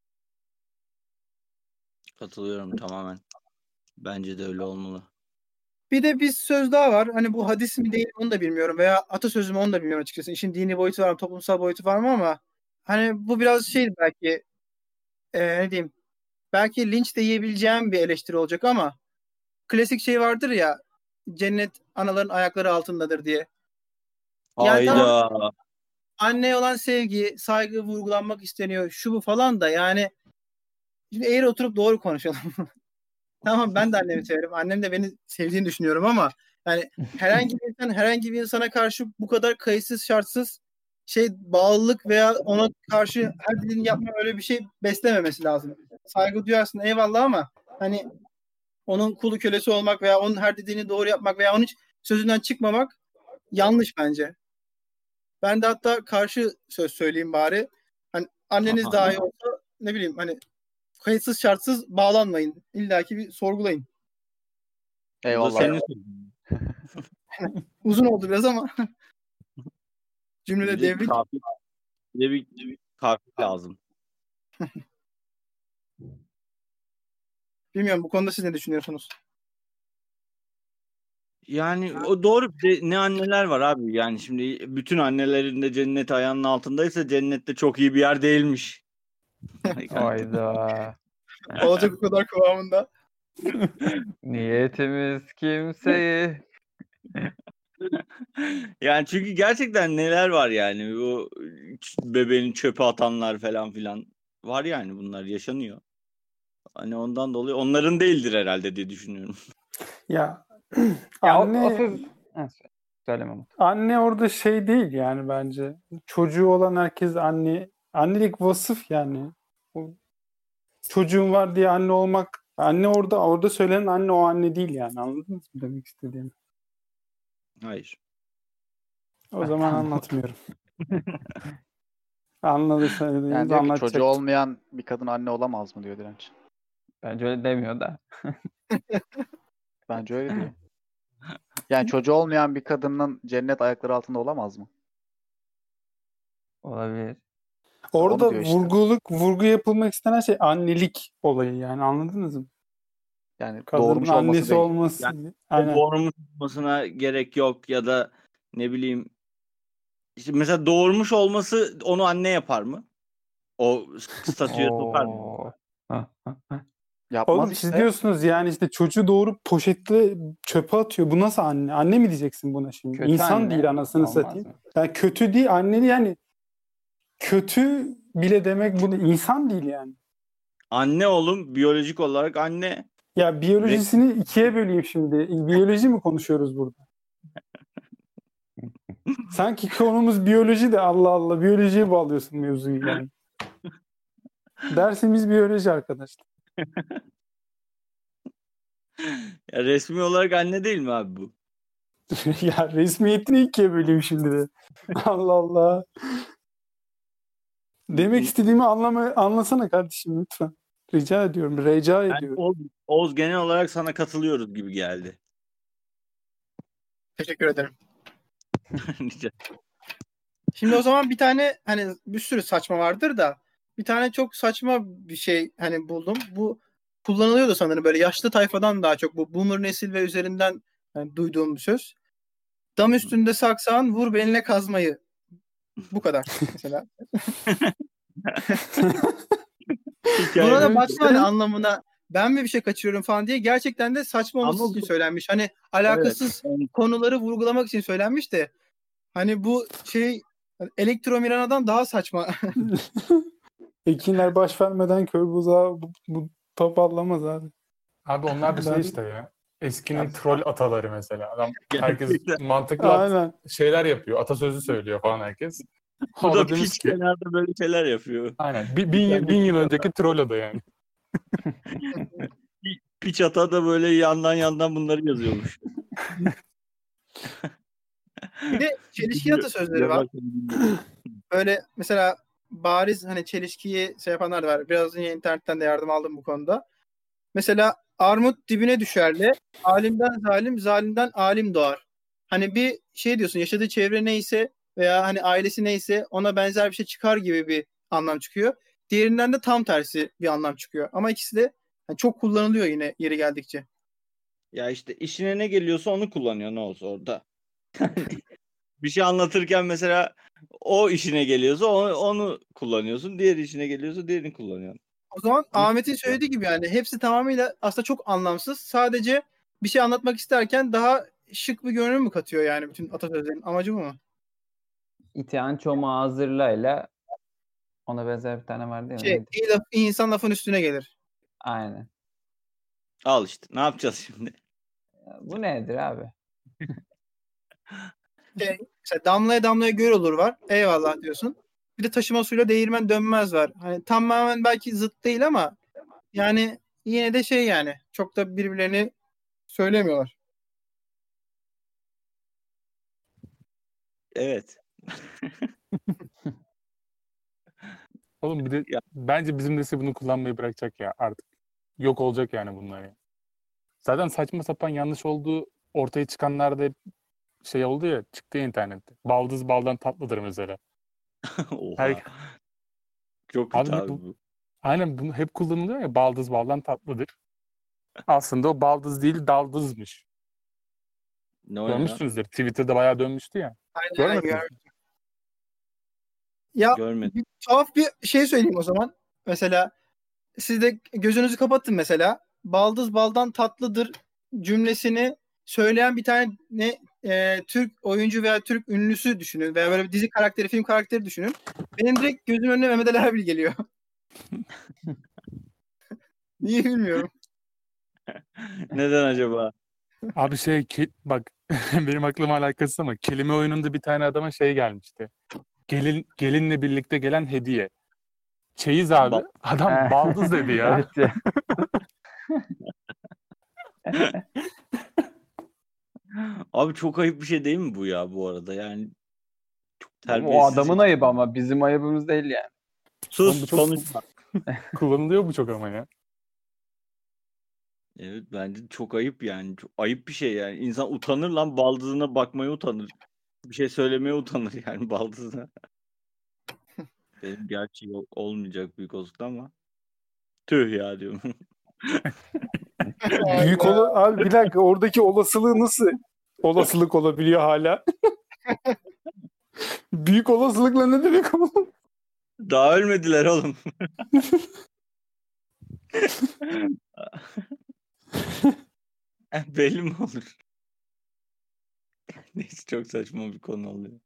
S1: Katılıyorum tamamen. Bence de öyle olmalı.
S2: Bir de bir söz daha var. Hani bu hadis mi değil mi onu da bilmiyorum. Veya atasözü mü onu da bilmiyorum açıkçası. İşin dini boyutu var mı, toplumsal boyutu var mı ama hani bu biraz şey belki ne diyeyim, belki linç de yiyebileceğim bir eleştiri olacak ama klasik şey vardır ya, cennet anaların ayakları altındadır diye. Yani tamam
S1: Hayda.
S2: anneye olan sevgi, saygı vurgulanmak isteniyor. Şu bu falan da yani şimdi eğer oturup doğru konuşalım. Tamam ben de annemi severim. Annem de beni sevdiğini düşünüyorum ama yani herhangi bir insana karşı bu kadar kayıtsız şartsız bağlılık veya ona karşı her dediğini yapma öyle bir şey beslememesi lazım. Saygı duyarsın eyvallah ama hani onun kulu kölesi olmak veya onun her dediğini doğru yapmak veya onun hiç sözünden çıkmamak yanlış bence. Ben de hatta karşı söz söyleyeyim bari. Hani anneniz dahi olsa ne bileyim hani kayıtsız şartsız bağlanmayın. İlla ki bir sorgulayın.
S1: Bu da
S4: Eyvallah.
S1: senin
S2: Uzun oldu biraz ama cümlede
S1: bir de
S2: devrik.
S1: kafi, bir kafi lazım.
S2: Bilmiyorum bu konuda siz ne düşünüyorsunuz?
S1: Yani o doğru. Bir de ne anneler var abi. Yani şimdi bütün annelerin de cennet ayağının altındaysa cennette çok iyi bir yer değilmiş.
S6: Hayda.
S2: Olacak o kadar kıvamında.
S6: Niyetimiz kimseyi.
S1: Yani çünkü gerçekten neler var yani. O bebeğini çöpe atanlar falan filan var yani, bunlar yaşanıyor. Hani ondan dolayı onların değildir herhalde diye düşünüyorum.
S3: Ya
S6: Ya
S3: anne
S6: o söz... Ha, söyleme Umut.
S3: anne orada şey değil yani bence. Çocuğu olan herkes anne. Annelik vasıf yani. O çocuğun var diye anne olmak, anne orada söylenen anne o anne değil yani. Anladınız mı demek istediğimi?
S1: Hayır.
S3: O zaman anlatmıyorum. Anladıysanız
S4: Yani diyor ki çocuğu
S3: anlatacaktım.
S4: olmayan bir kadın anne olamaz mı diyor Direnç.
S6: Bence öyle demiyor da.
S4: Bence öyle diyor. Yani çocuğu olmayan bir kadının cennet ayakları altında olamaz mı?
S6: Olabilir.
S3: Orada
S4: Onu diyor işte.
S3: vurgu yapılmak istenen şey annelik olayı yani, anladınız mı?
S4: Yani
S3: Kadının
S4: doğurmuş olması
S3: annesi
S4: değil.
S3: olması.
S1: Yani
S3: Aynen.
S1: doğurmuş olmasına gerek yok ya da ne bileyim işte mesela doğurmuş olması onu anne yapar mı? O statüye sokar mı?
S6: Oo. Hah, hah, hah.
S4: Yapmaz
S3: Oğlum siz
S4: işte.
S3: diyorsunuz yani işte çocuğu doğurup poşetle çöpe atıyor. Bu nasıl anne? Anne mi diyeceksin buna şimdi?
S6: Kötü
S3: İnsan
S6: anne.
S3: değil anasını
S6: Olmaz
S3: satayım.
S6: mı?
S3: Yani kötü değil anneli yani kötü bile demek bunu insan değil yani.
S1: Anne oğlum biyolojik olarak anne.
S3: Ya biyolojisini ikiye böleyim şimdi. Biyoloji mi konuşuyoruz burada? Sanki konumuz biyoloji de Allah Allah biyolojiye bağlıyorsun mevzuyu yani. Dersimiz biyoloji arkadaşlar.
S1: Ya resmi olarak anne değil mi abi bu?
S3: Ya resmiyetini ikiye böleyim şimdi de. Allah Allah. Demek istediğimi anlasana kardeşim lütfen. Rica ediyorum. Rica
S1: Yani
S3: ediyorum.
S1: Oğuz genel olarak sana katılıyoruz gibi geldi.
S2: Teşekkür ederim.
S1: Rica-
S2: Şimdi o zaman bir tane hani bir sürü saçma vardır da bir tane çok saçma bir şey hani buldum. Bu kullanılıyordu sanırım böyle yaşlı tayfadan daha çok bu boomer nesil ve üzerinden hani duyduğum bir söz. Dam üstünde saksağın vur beline kazmayı. Bu kadar mesela.
S1: Hikaye
S2: Buna da
S1: bu.
S2: başka hani anlamına ben mi bir şey kaçırıyorum falan diye gerçekten de saçma olması
S1: Ama
S2: için
S1: bu-
S2: söylenmiş. Hani
S1: Evet.
S2: alakasız konuları vurgulamak için söylenmiş de hani bu şey Elektro Mirana'dan daha saçma.
S3: Ekinler baş vermeden kör buzağı bu topallamaz abi.
S5: Abi onlar da şey
S3: Ben-
S5: işte ya. Eskinin troll ataları mesela. Adam herkes
S1: Gerçekten.
S5: mantıklı
S3: Aynen.
S5: şeyler yapıyor. Atasözü söylüyor falan herkes.
S1: Bu
S5: O
S1: da
S5: da demiş
S1: piç
S5: ki
S1: kenarda böyle şeyler yapıyor.
S5: aynen
S1: Bir tane
S5: bin yıl önceki troll adı yani.
S1: piç ata da böyle yandan bunları yazıyormuş.
S2: Bir de çelişki atasözleri var. Böyle mesela bariz hani çelişkiyi şey yapanlar da var. Biraz yine internetten de yardım aldım bu konuda. Mesela armut dibine düşerle alimden zalim, zalimden alim doğar. Hani bir şey diyorsun yaşadığı çevre neyse veya hani ailesi neyse ona benzer bir şey çıkar gibi bir anlam çıkıyor. Diğerinden de tam tersi bir anlam çıkıyor. Ama ikisi de hani çok kullanılıyor yine yeri geldikçe.
S1: Ya işte işine ne geliyorsa onu kullanıyor ne olsa orada. Bir şey anlatırken mesela o işine geliyorsa onu kullanıyorsun. Diğer işine geliyorsa diğerini kullanıyorsun.
S2: O zaman Ahmet'in söylediği gibi yani hepsi tamamıyla aslında çok anlamsız. Sadece bir şey anlatmak isterken daha şık bir görünüm mü katıyor yani bütün atasözlerin amacı bu mu?
S6: İtihan çomağı hazırlayla ona benzer bir tane vardı ya. neydi?
S2: İyi insan lafın üstüne gelir.
S6: Aynen.
S1: Al işte. Ne yapacağız şimdi?
S6: Bu nedir abi?
S2: Mesela damlaya damlaya göl olur var. Eyvallah diyorsun. Bir de taşıma suyla değirmen dönmez var. Hani tamamen belki zıt değil ama yani yine de şey yani çok da birbirlerini söylemiyorlar.
S1: Evet.
S5: Oğlum bir de
S1: Ya.
S5: bence bizim nesil bunu kullanmayı bırakacak ya artık. Yok olacak yani bunlar ya. Zaten saçma sapan yanlış olduğu ortaya çıkanlarda hep şey oldu ya çıktı internette. Baldız baldan tatlıdır mesela.
S1: Oha.
S5: Her,
S1: Çok kötü
S5: abi
S1: abi
S5: bu,
S1: bu.
S5: aynen bunu hep kullanılıyor ya baldız baldan tatlıdır. Aslında o baldız değil daldızmış.
S1: Ne o ya?
S5: Görmüşsünüzdür. Twitter'da bayağı dönmüştü ya.
S2: Aynen,
S5: Görmediniz
S2: aynen.
S5: mi?
S2: Ya
S1: Görmedim.
S2: bir tuhaf bir şey söyleyeyim o zaman. Mesela siz de gözünüzü kapatın mesela. Baldız baldan tatlıdır cümlesini söyleyen bir tane Türk oyuncu veya Türk ünlüsü düşünün. Veya böyle bir dizi karakteri, film karakteri düşünün. Benim direkt gözümün önüne Mehmet Ali Erbil geliyor. Niye bilmiyorum.
S1: Neden acaba?
S5: Abi şey bak benim aklıma alakası ama kelime oyununda bir tane adama şey gelmişti. Gelinle birlikte gelen hediye. Çeyiz abi. Adam baldız dedi ya.
S6: Evet ya.
S1: Abi çok ayıp bir şey değil mi bu ya bu arada? Yani çok
S6: Ama o
S1: terbiyesiz.
S6: adamın ayıbı ama bizim ayıbımız değil yani.
S5: Oğlum bu
S1: Sus
S5: çok
S1: konuşma.
S5: kullanılıyor bu çok ama ya.
S1: Evet bence çok ayıp yani. Çok ayıp bir şey yani. İnsan utanır lan baldızına bakmaya utanır. Bir şey söylemeye utanır yani baldızına. Benim gerçi yok olmayacak büyük olsun ama. Tüh ya diyorum.
S3: Abi bir dakika, oradaki olasılığı nasıl olasılık olabiliyor hala? Büyük olasılıkla ne demek oğlum?
S1: Daha ölmediler oğlum. Belli mi olur? Neyse, çok saçma bir konu oluyor.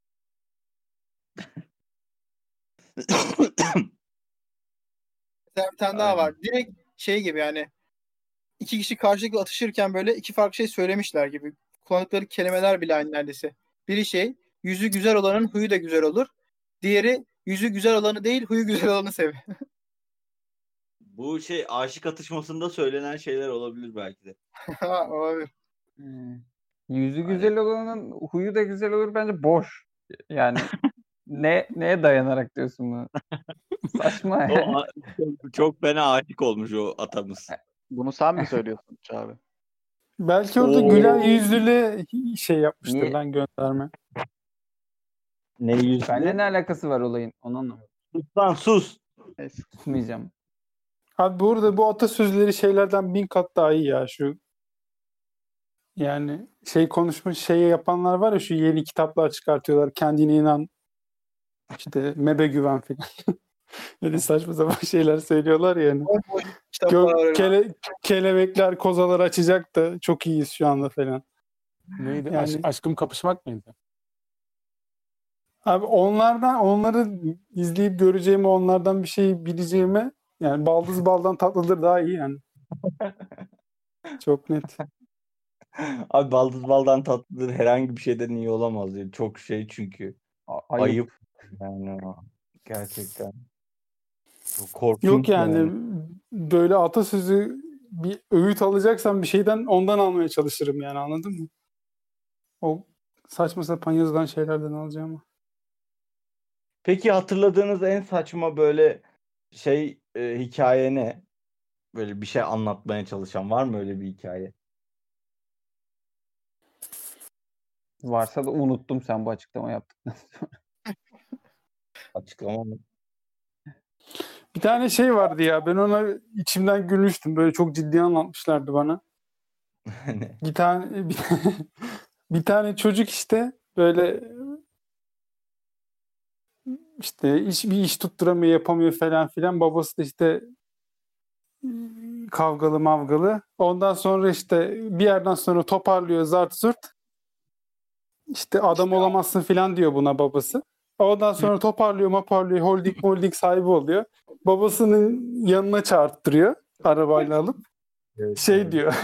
S2: Bir tane daha
S1: Aynen.
S2: var. Direkt şey gibi yani. İki kişi karşılıklı atışırken böyle iki farklı şey söylemişler gibi. Kullandıkları kelimeler bile aynı neredeyse. Biri şey, yüzü güzel olanın huyu da güzel olur. Diğeri, yüzü güzel olanı değil, huyu güzel olanı sev.
S1: Bu şey aşık atışmasında söylenen şeyler olabilir belki de.
S2: Olabilir.
S6: Yüzü güzel olanın huyu da güzel olur bence boş. Yani neye dayanarak diyorsun bunu? Saçma
S1: O
S6: yani.
S1: çok fena aşık olmuş o atamız.
S4: Bunu sen mi söylüyorsun abi?
S3: Belki orada
S1: Oo.
S3: gülen yüzlüyle şey yapmıştır
S6: Niye?
S3: lan, gönderme.
S1: Ne yüzlü?
S6: Benimle ne alakası var olayın? Onu anlamadım.
S1: Sus lan sus.
S4: Neyse.
S6: Susmayacağım.
S3: Abi burada bu atasözleri şeylerden 1000 kat daha iyi ya. Şu yani şey konuşma şeyi yapanlar var ya, şu yeni kitaplar çıkartıyorlar. Kendine inan, işte mebe güven filan. Öyle saçma sapan şeyler söylüyorlar ya. Yani.
S2: Boş kitaplar var öyle.
S3: Kelebekler kozalar açacak da çok iyiyiz şu anda falan.
S5: Neydi?
S3: Yani-
S5: Aşkım kapışmak mıydı?
S3: Abi onları izleyip göreceğime, onlardan bir şey bileceğime, yani baldız baldan tatlıdır daha iyi yani. Çok net.
S1: Abi baldız baldan tatlıdır herhangi bir şeyden iyi olamaz ya. Çok şey çünkü. Ayıp. Yani o. Gerçekten. Bu korkunç
S3: Yok yani böyle atasözü, bir öğüt alacaksam bir şeyden, ondan almaya çalışırım yani, anladın mı? O saçma sapan yazılan şeylerden alacağım.
S1: Peki hatırladığınız en saçma böyle şey hikaye ne? Böyle bir şey anlatmaya çalışan var mı öyle bir hikaye?
S6: Varsa da unuttum sen bu açıklama yaptıktan sonra.
S1: Açıklama mı?
S3: Bir tane şey vardı ya, ben ona içimden gülmüştüm. Böyle çok ciddi anlatmışlardı bana.
S1: Ne?
S3: Bir tane çocuk işte böyle işte bir iş tutturamıyor, yapamıyor falan filan. Babası da işte kavgalı mavgalı. Ondan sonra işte bir yerden sonra toparlıyor, zart zurt. İşte adam olamazsın filan diyor buna babası. Ondan sonra toparlıyor, holding sahibi oluyor. Babasının yanına çağırttırıyor arabayla alıp.
S1: Evet,
S3: Şey
S1: evet.
S3: diyor.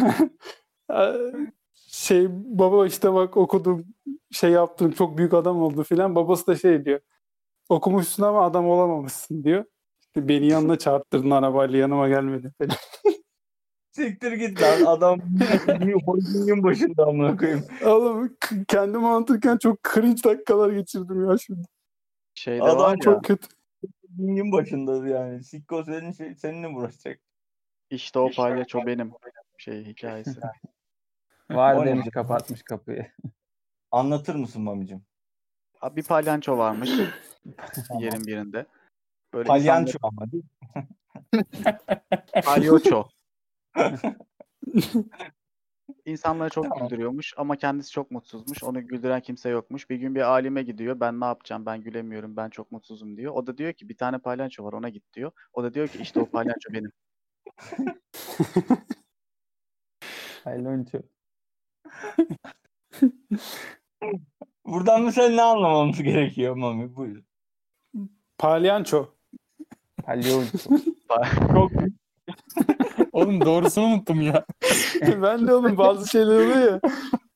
S3: Baba işte bak okudum, şey yaptım, çok büyük adam oldu filan. Babası da şey diyor. Okumuşsun ama adam olamamışsın diyor. İşte beni yanına çağırttırdın arabayla, yanıma gelmedin falan.
S1: Siktir git lan, adam holdingin başında amına koyayım.
S3: Oğlum kendimi anlatırken çok cringe dakikalar geçirdim ya şimdi.
S4: Şeyde
S1: Adam
S4: var ya,
S3: Çok kötü.
S1: Holdingin başında yani. Sikko seninle mi uğraşacak?
S4: işte o palyaço benim hikayesi.
S6: Var
S1: O ne?
S6: demiş, kapatmış kapıyı.
S1: Anlatır mısın Mami'cim?
S4: Abi bir palyaço varmış yerin birinde. Böyle
S1: Palyanço ama değil mi?
S4: Palyaço. İnsanları çok güldürüyormuş ama kendisi çok mutsuzmuş. Onu güldüren kimse yokmuş. Bir gün bir alime gidiyor. Ben ne yapacağım? Ben gülemiyorum. Ben çok mutsuzum diyor. O da diyor ki bir tane palyaço var, ona git diyor. O da diyor ki işte o palyaço benim.
S6: Paylonço.
S1: Buradan mesela ne anlamamız gerekiyor Mami? Buyur.
S3: Palyanço.
S6: Palyonço.
S1: Çok
S5: Oğlum doğrusunu unuttum ya.
S3: Ben de oğlum bazı şeyler oluyor ya.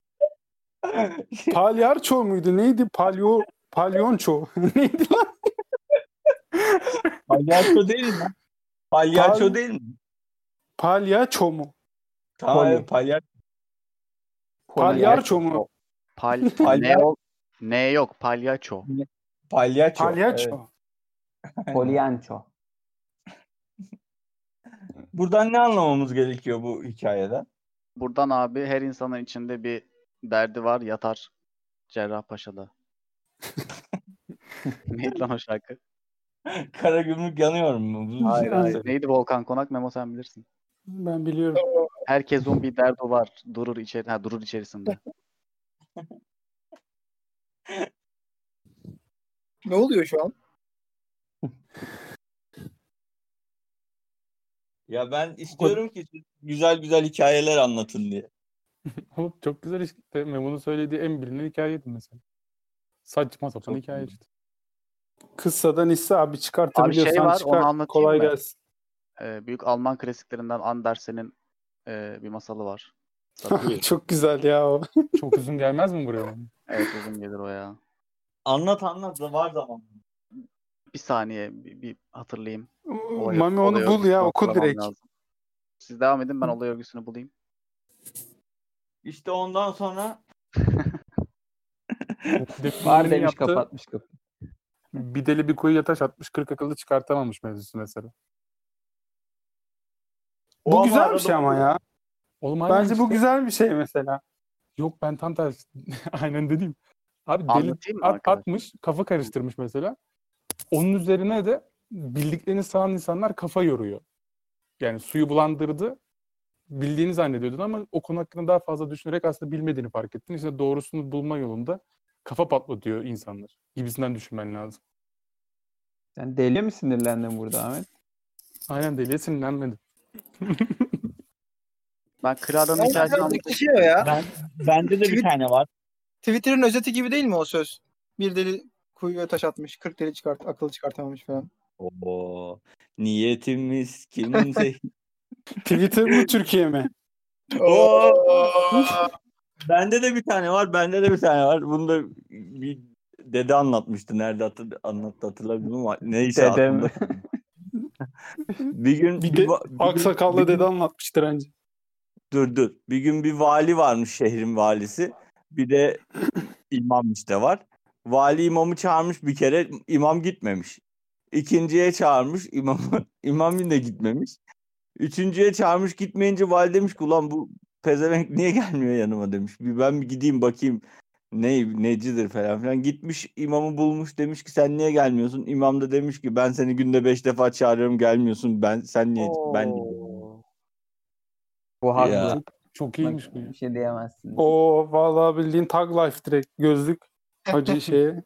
S3: Palyarço muydu? Neydi? Palyonço. Neydi lan?
S1: palyaço değil mi? Palyaço
S3: Pal-
S1: değil mi?
S3: Palyaço mu?
S1: Tamam,
S6: Poli.
S1: evet, palyaço.
S3: Palyarço mu?
S4: Ne yok palyaço.
S1: Palyaço.
S3: Palyaço.
S1: Evet.
S6: Polyanço.
S1: Buradan ne anlamamız gerekiyor bu hikayeden?
S4: Buradan abi her insanın içinde bir derdi var, yatar Cerrahpaşa'da. Neydi lan o şarkı?
S1: Karagümrük yanıyor mu?
S4: Hayır. Neydi Volkan Konak? Memo sen bilirsin.
S3: Ben biliyorum.
S4: Herkesin bir derdi var. Durur içerisinde.
S2: Ne oluyor şu an?
S1: Ya ben istiyorum ki siz güzel güzel hikayeler anlatın diye.
S5: Oğlum çok güzel işte. Memo'nun söylediği en bilinen hikayeydi mesela. Saçma sapan
S1: Çok
S5: hikaye
S1: iyi.
S5: işte.
S3: Kıssadan ise abi
S4: Abi
S3: çıkartabiliyorsan
S4: şey var,
S3: çıkar.
S4: onu anlatayım
S3: Kolay
S4: mı?
S3: gelsin.
S4: Büyük Alman klasiklerinden Andersen'in bir masalı var. Tabii.
S1: Buyur.
S3: Çok güzel ya o.
S5: Çok uzun gelmez mi buraya?
S4: Evet, uzun gelir o ya.
S1: Anlat var zaman.
S4: Bir saniye bir hatırlayayım.
S3: Mami onu
S4: Olay
S3: bul
S4: örgüsünü
S3: ya, oku
S4: hatırlamam
S3: direkt.
S4: lazım. Siz devam edin, ben olay örgüsünü bulayım.
S1: İşte ondan sonra
S5: Bir de
S6: Var
S5: Kuğu'nun
S6: demiş,
S5: yaptığı
S6: kapatmış kapıyı.
S5: bir deli bir kuyuya taş atmış 40 akıllı çıkartamamış mevzusu mesela.
S1: O
S3: Bu
S1: ama
S3: güzel bir
S1: arada
S3: şey ama
S1: oluyor.
S3: ya.
S5: Oğlum aynen
S3: Bence bu
S5: işte.
S3: güzel bir şey mesela.
S5: Yok ben tam tersi. Aynen dediğim. Abi deli
S4: Anlatayım mı arkadaşlar?
S5: atmış, kafa karıştırmış mesela. Onun üzerine de bildiklerini sanan insanlar kafa yoruyor. Yani suyu bulandırdı. Bildiğini zannediyordun ama o konu hakkında daha fazla düşünerek aslında bilmediğini fark ettin. İşte doğrusunu bulma yolunda kafa patlatıyor insanlar. Gibisinden düşünmen lazım.
S6: Sen deliye mi sinirlendin burada Ahmet?
S5: Aynen deliye sinirlenmedim.
S4: Ben Clara'nın
S2: Ama
S4: hikayesini
S2: biraz
S4: anlatayım.
S2: ekşiyor ya.
S1: Bende de bir tane var.
S2: Twitter'ın özeti gibi değil mi o söz? Bir deli kuyuya taş atmış, 40 deli akıl çıkartamamış falan.
S1: Oo. Niyetimiz kimse.
S3: Twitter mı Türkiye mi?
S1: Oo. Bende de bir tane var. Bunu da bir dede anlatmıştı. Nerede anlattı hatırlamıyorum ama neyse
S6: Dedem.
S1: aklımda. Bir gün
S3: Bir de aksakallı
S1: bir gün-
S3: dede anlatmıştır önce.
S1: dur. Bir gün bir vali varmış, şehrin valisi. Bir de imam işte var. Vali imamı çağırmış bir kere. İmam gitmemiş. İkinciye çağırmış. İmam yine gitmemiş. Üçüncüye çağırmış, gitmeyince vali demiş ki ulan bu pezevenk niye gelmiyor yanıma demiş. Ben bir gideyim bakayım necidir falan filan. Gitmiş imamı bulmuş, demiş ki sen niye gelmiyorsun? İmam da demiş ki ben seni günde 5 defa çağırıyorum gelmiyorsun. Ben niye gelmiyorum?
S6: Bu
S1: Ya.
S6: haklı.
S5: Çok
S6: Bak,
S5: iyiymiş bu ya.
S6: bir şey diyemezsin.
S3: O vallahi bildiğin Tag Life direkt. Gözlük. Hacı şeye.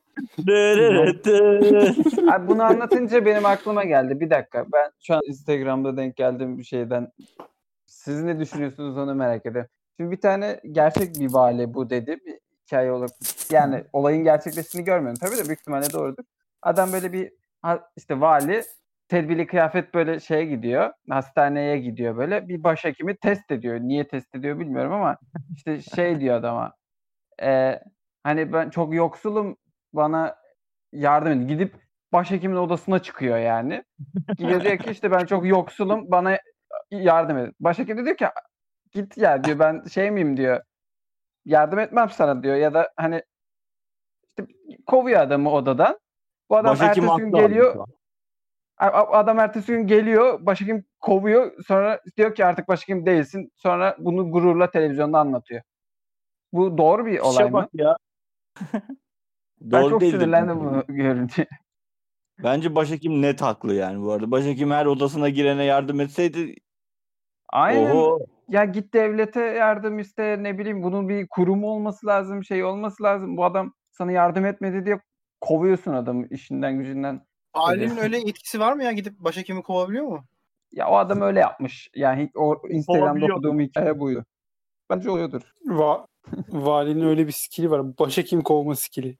S6: Abi bunu anlatınca benim aklıma geldi. Bir dakika. Ben şu an Instagram'da denk geldiğim bir şeyden. Siz ne düşünüyorsunuz onu merak ediyorum. Şimdi bir tane gerçek bir vali bu dedi. Bir hikaye olarak. Yani olayın gerçekleştiğini görmüyorum. Tabii de büyük ihtimalle doğrudur. Adam böyle bir işte vali tedbirli kıyafet böyle şeye gidiyor. Hastaneye gidiyor böyle. Bir başhekimi test ediyor. Niye test ediyor bilmiyorum ama işte şey diyor adama. Hani ben çok yoksulum, bana yardım edin. Gidip başhekimin odasına çıkıyor yani. Gidiyor diyor ki işte ben çok yoksulum, bana yardım edin. Başhekim de diyor ki git ya diyor, ben şey miyim diyor. Yardım etmem sana diyor, ya da hani işte kovuyor adamı odadan. Bu adam
S1: Başhekim
S6: ertesi gün
S1: haklı abi
S6: geliyor.
S1: şu an.
S6: Adam ertesi gün geliyor, başhekim kovuyor. Sonra diyor ki artık başhekim değilsin. Sonra bunu gururla televizyonda anlatıyor. Bu doğru bir olay
S1: İşe bak
S6: mı?
S1: ya.
S6: Ben
S1: Doğru
S6: çok
S1: değildir.
S6: sinirlendim bunu görünce.
S1: Bence başhekim net haklı yani bu arada. Başhekim her odasına girene yardım etseydi
S6: Aynen.
S1: oho.
S6: Ya git devlete yardım iste, ne bileyim, bunun bir kurumu olması lazım, şey olması lazım. Bu adam sana yardım etmedi diye kovuyorsun adamı işinden gücünden.
S2: Valinin öyle etkisi var mı ya, gidip başhekimi kovabiliyor mu?
S6: Ya o adam öyle yapmış. Yani o Instagram'da
S1: Kovabiliyor.
S6: okuduğum hikaye buydu. Bence oluyordur.
S3: Valinin öyle bir skill'i var. Başhekim kovma skill'i.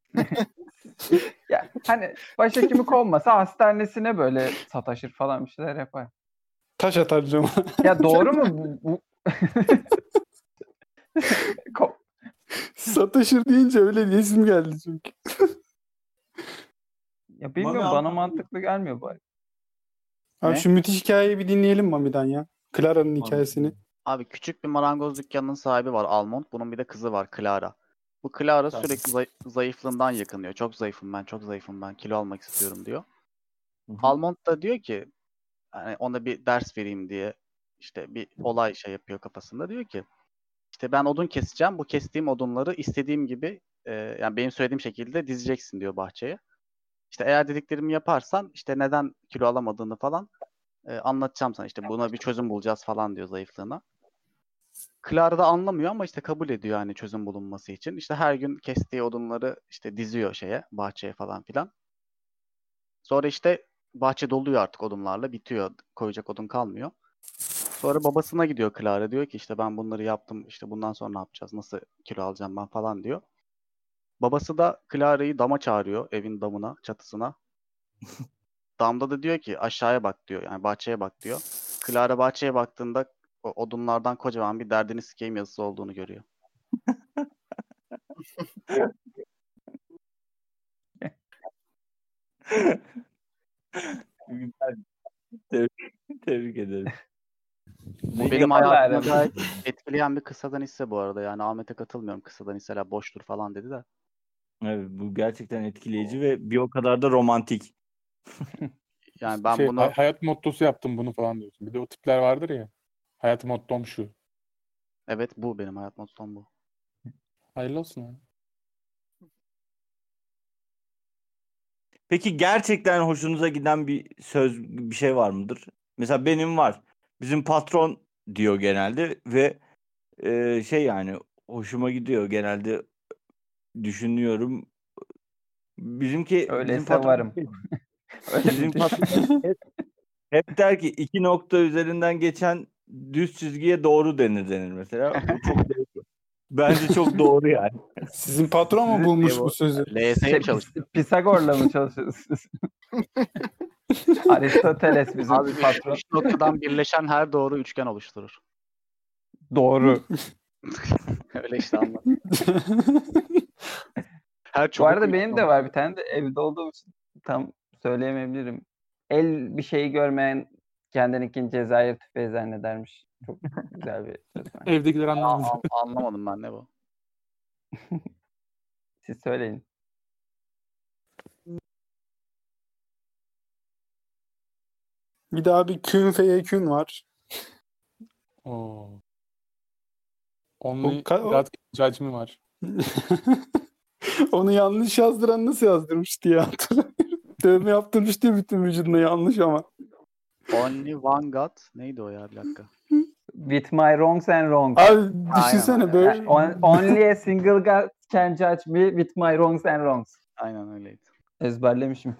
S6: Ya hani başhekimi kovmasa hastanesine böyle sataşır falan, bir şeyler yapar.
S3: Taş atar cama.
S6: Ya doğru mu bu?
S3: Sataşır deyince öyle bir isim geldi çünkü.
S6: Ya bilmiyorum,
S1: Mami
S6: bana
S1: anlat.
S6: mantıklı gelmiyor bari.
S3: Abi
S4: Ne?
S3: şu müthiş hikayeyi bir dinleyelim Mami'den ya. Clara'nın hikayesini.
S4: Abi küçük bir marangoz dükkanının sahibi var, Almond. Bunun bir de kızı var, Clara. Bu Clara
S1: Tamam.
S4: sürekli zayıflığından yakınıyor. Çok zayıfım ben. Kilo almak istiyorum diyor.
S1: Hı hı.
S4: Almond da diyor ki hani ona bir ders vereyim diye işte bir olay şey yapıyor kafasında. Diyor ki işte ben odun keseceğim. Bu kestiğim odunları istediğim gibi yani benim söylediğim şekilde dizeceksin diyor bahçeye. İşte eğer dediklerimi yaparsan işte neden kilo alamadığını falan Anlatacağım sana işte buna bir çözüm bulacağız falan diyor zayıflığına. Clara da anlamıyor ama işte kabul ediyor hani çözüm bulunması için. İşte her gün kestiği odunları işte diziyor bahçeye falan filan. Sonra işte bahçe doluyor artık odunlarla bitiyor. Koyacak odun kalmıyor. Sonra babasına gidiyor Clara diyor ki işte ben bunları yaptım işte bundan sonra ne yapacağız nasıl kilo alacağım ben falan diyor. Babası da Clara'yı dama çağırıyor evin damına çatısına. Damda da diyor ki aşağıya bak diyor yani bahçeye bak diyor. Clara bahçeye baktığında o odunlardan kocaman bir derdini sikeyim yazısı olduğunu görüyor.
S1: Güzel. Tebrik ederim.
S4: Bu
S1: Ne
S4: benim
S6: yaparlar
S4: hayatımı
S6: yani?
S4: gayet etkileyen bir kıssadan hisse bu arada. Yani Ahmet'e katılmıyorum. Kıssadan hisseler boştur falan dedi de.
S1: Evet, bu gerçekten etkileyici ve bir o kadar da romantik.
S4: Yani ben bunu
S5: Hayat mottosu yaptım bunu falan diyorsun. Bir de o tipler vardır ya. Hayat mottom şu.
S4: evet bu benim hayat mottom bu.
S5: Hayırlı olsun abi.
S1: Peki gerçekten hoşunuza giden bir söz, bir şey var mıdır? Mesela benim var. Bizim patron diyor genelde ve şey yani hoşuma gidiyor genelde düşünüyorum. Bizim
S6: Öyleyse
S1: patron
S6: varım. Öyle mi
S1: bizim
S6: diyor?
S1: patron hep der ki iki nokta üzerinden geçen düz çizgiye doğru denir mesela. Bu çok doğru. Bence çok doğru yani.
S3: Sizin patron mu
S4: Sizin
S3: bulmuş
S4: bu
S3: bu sözü?
S4: LS'ye mi çalıştı?
S6: Pisagor'la mı çalışıyorsunuz? Aristoteles bizim
S4: Abi
S6: patron.
S4: 3 noktadan birleşen her doğru üçgen oluşturur.
S6: Doğru.
S4: Öyle işte anlat. Her
S6: Bu
S4: çubuk
S6: arada
S4: bir
S6: benim de
S4: üçgen.
S6: var bir tane de evde olduğum için tam söyleyemeyebilirim. El bir şeyi görmeyen kendininkini Cezayir tüfeği zannedermiş. Çok güzel bir söz bence.
S5: Evdekiler anlamadı.
S4: Anlamadım ben ne bu.
S6: Siz söyleyin.
S3: Bir daha bir kün feyekün var.
S5: Oo.
S3: O
S5: Only
S3: ka- o-
S5: God Judge mi var?
S3: Onu yanlış yazdıran nasıl yazdırmış diye hatırlamıyorum. Dövme yaptırmış diye bütün vücuduna yanlış ama.
S4: Only one God. Neydi o ya bir dakika.
S6: With my wrongs and wrongs.
S3: Abi
S4: Aynen,
S3: düşünsene
S4: aynen.
S3: böyle.
S6: Only a single God can judge me with my wrongs and wrongs.
S4: Aynen öyleydi.
S6: Ezberlemişim.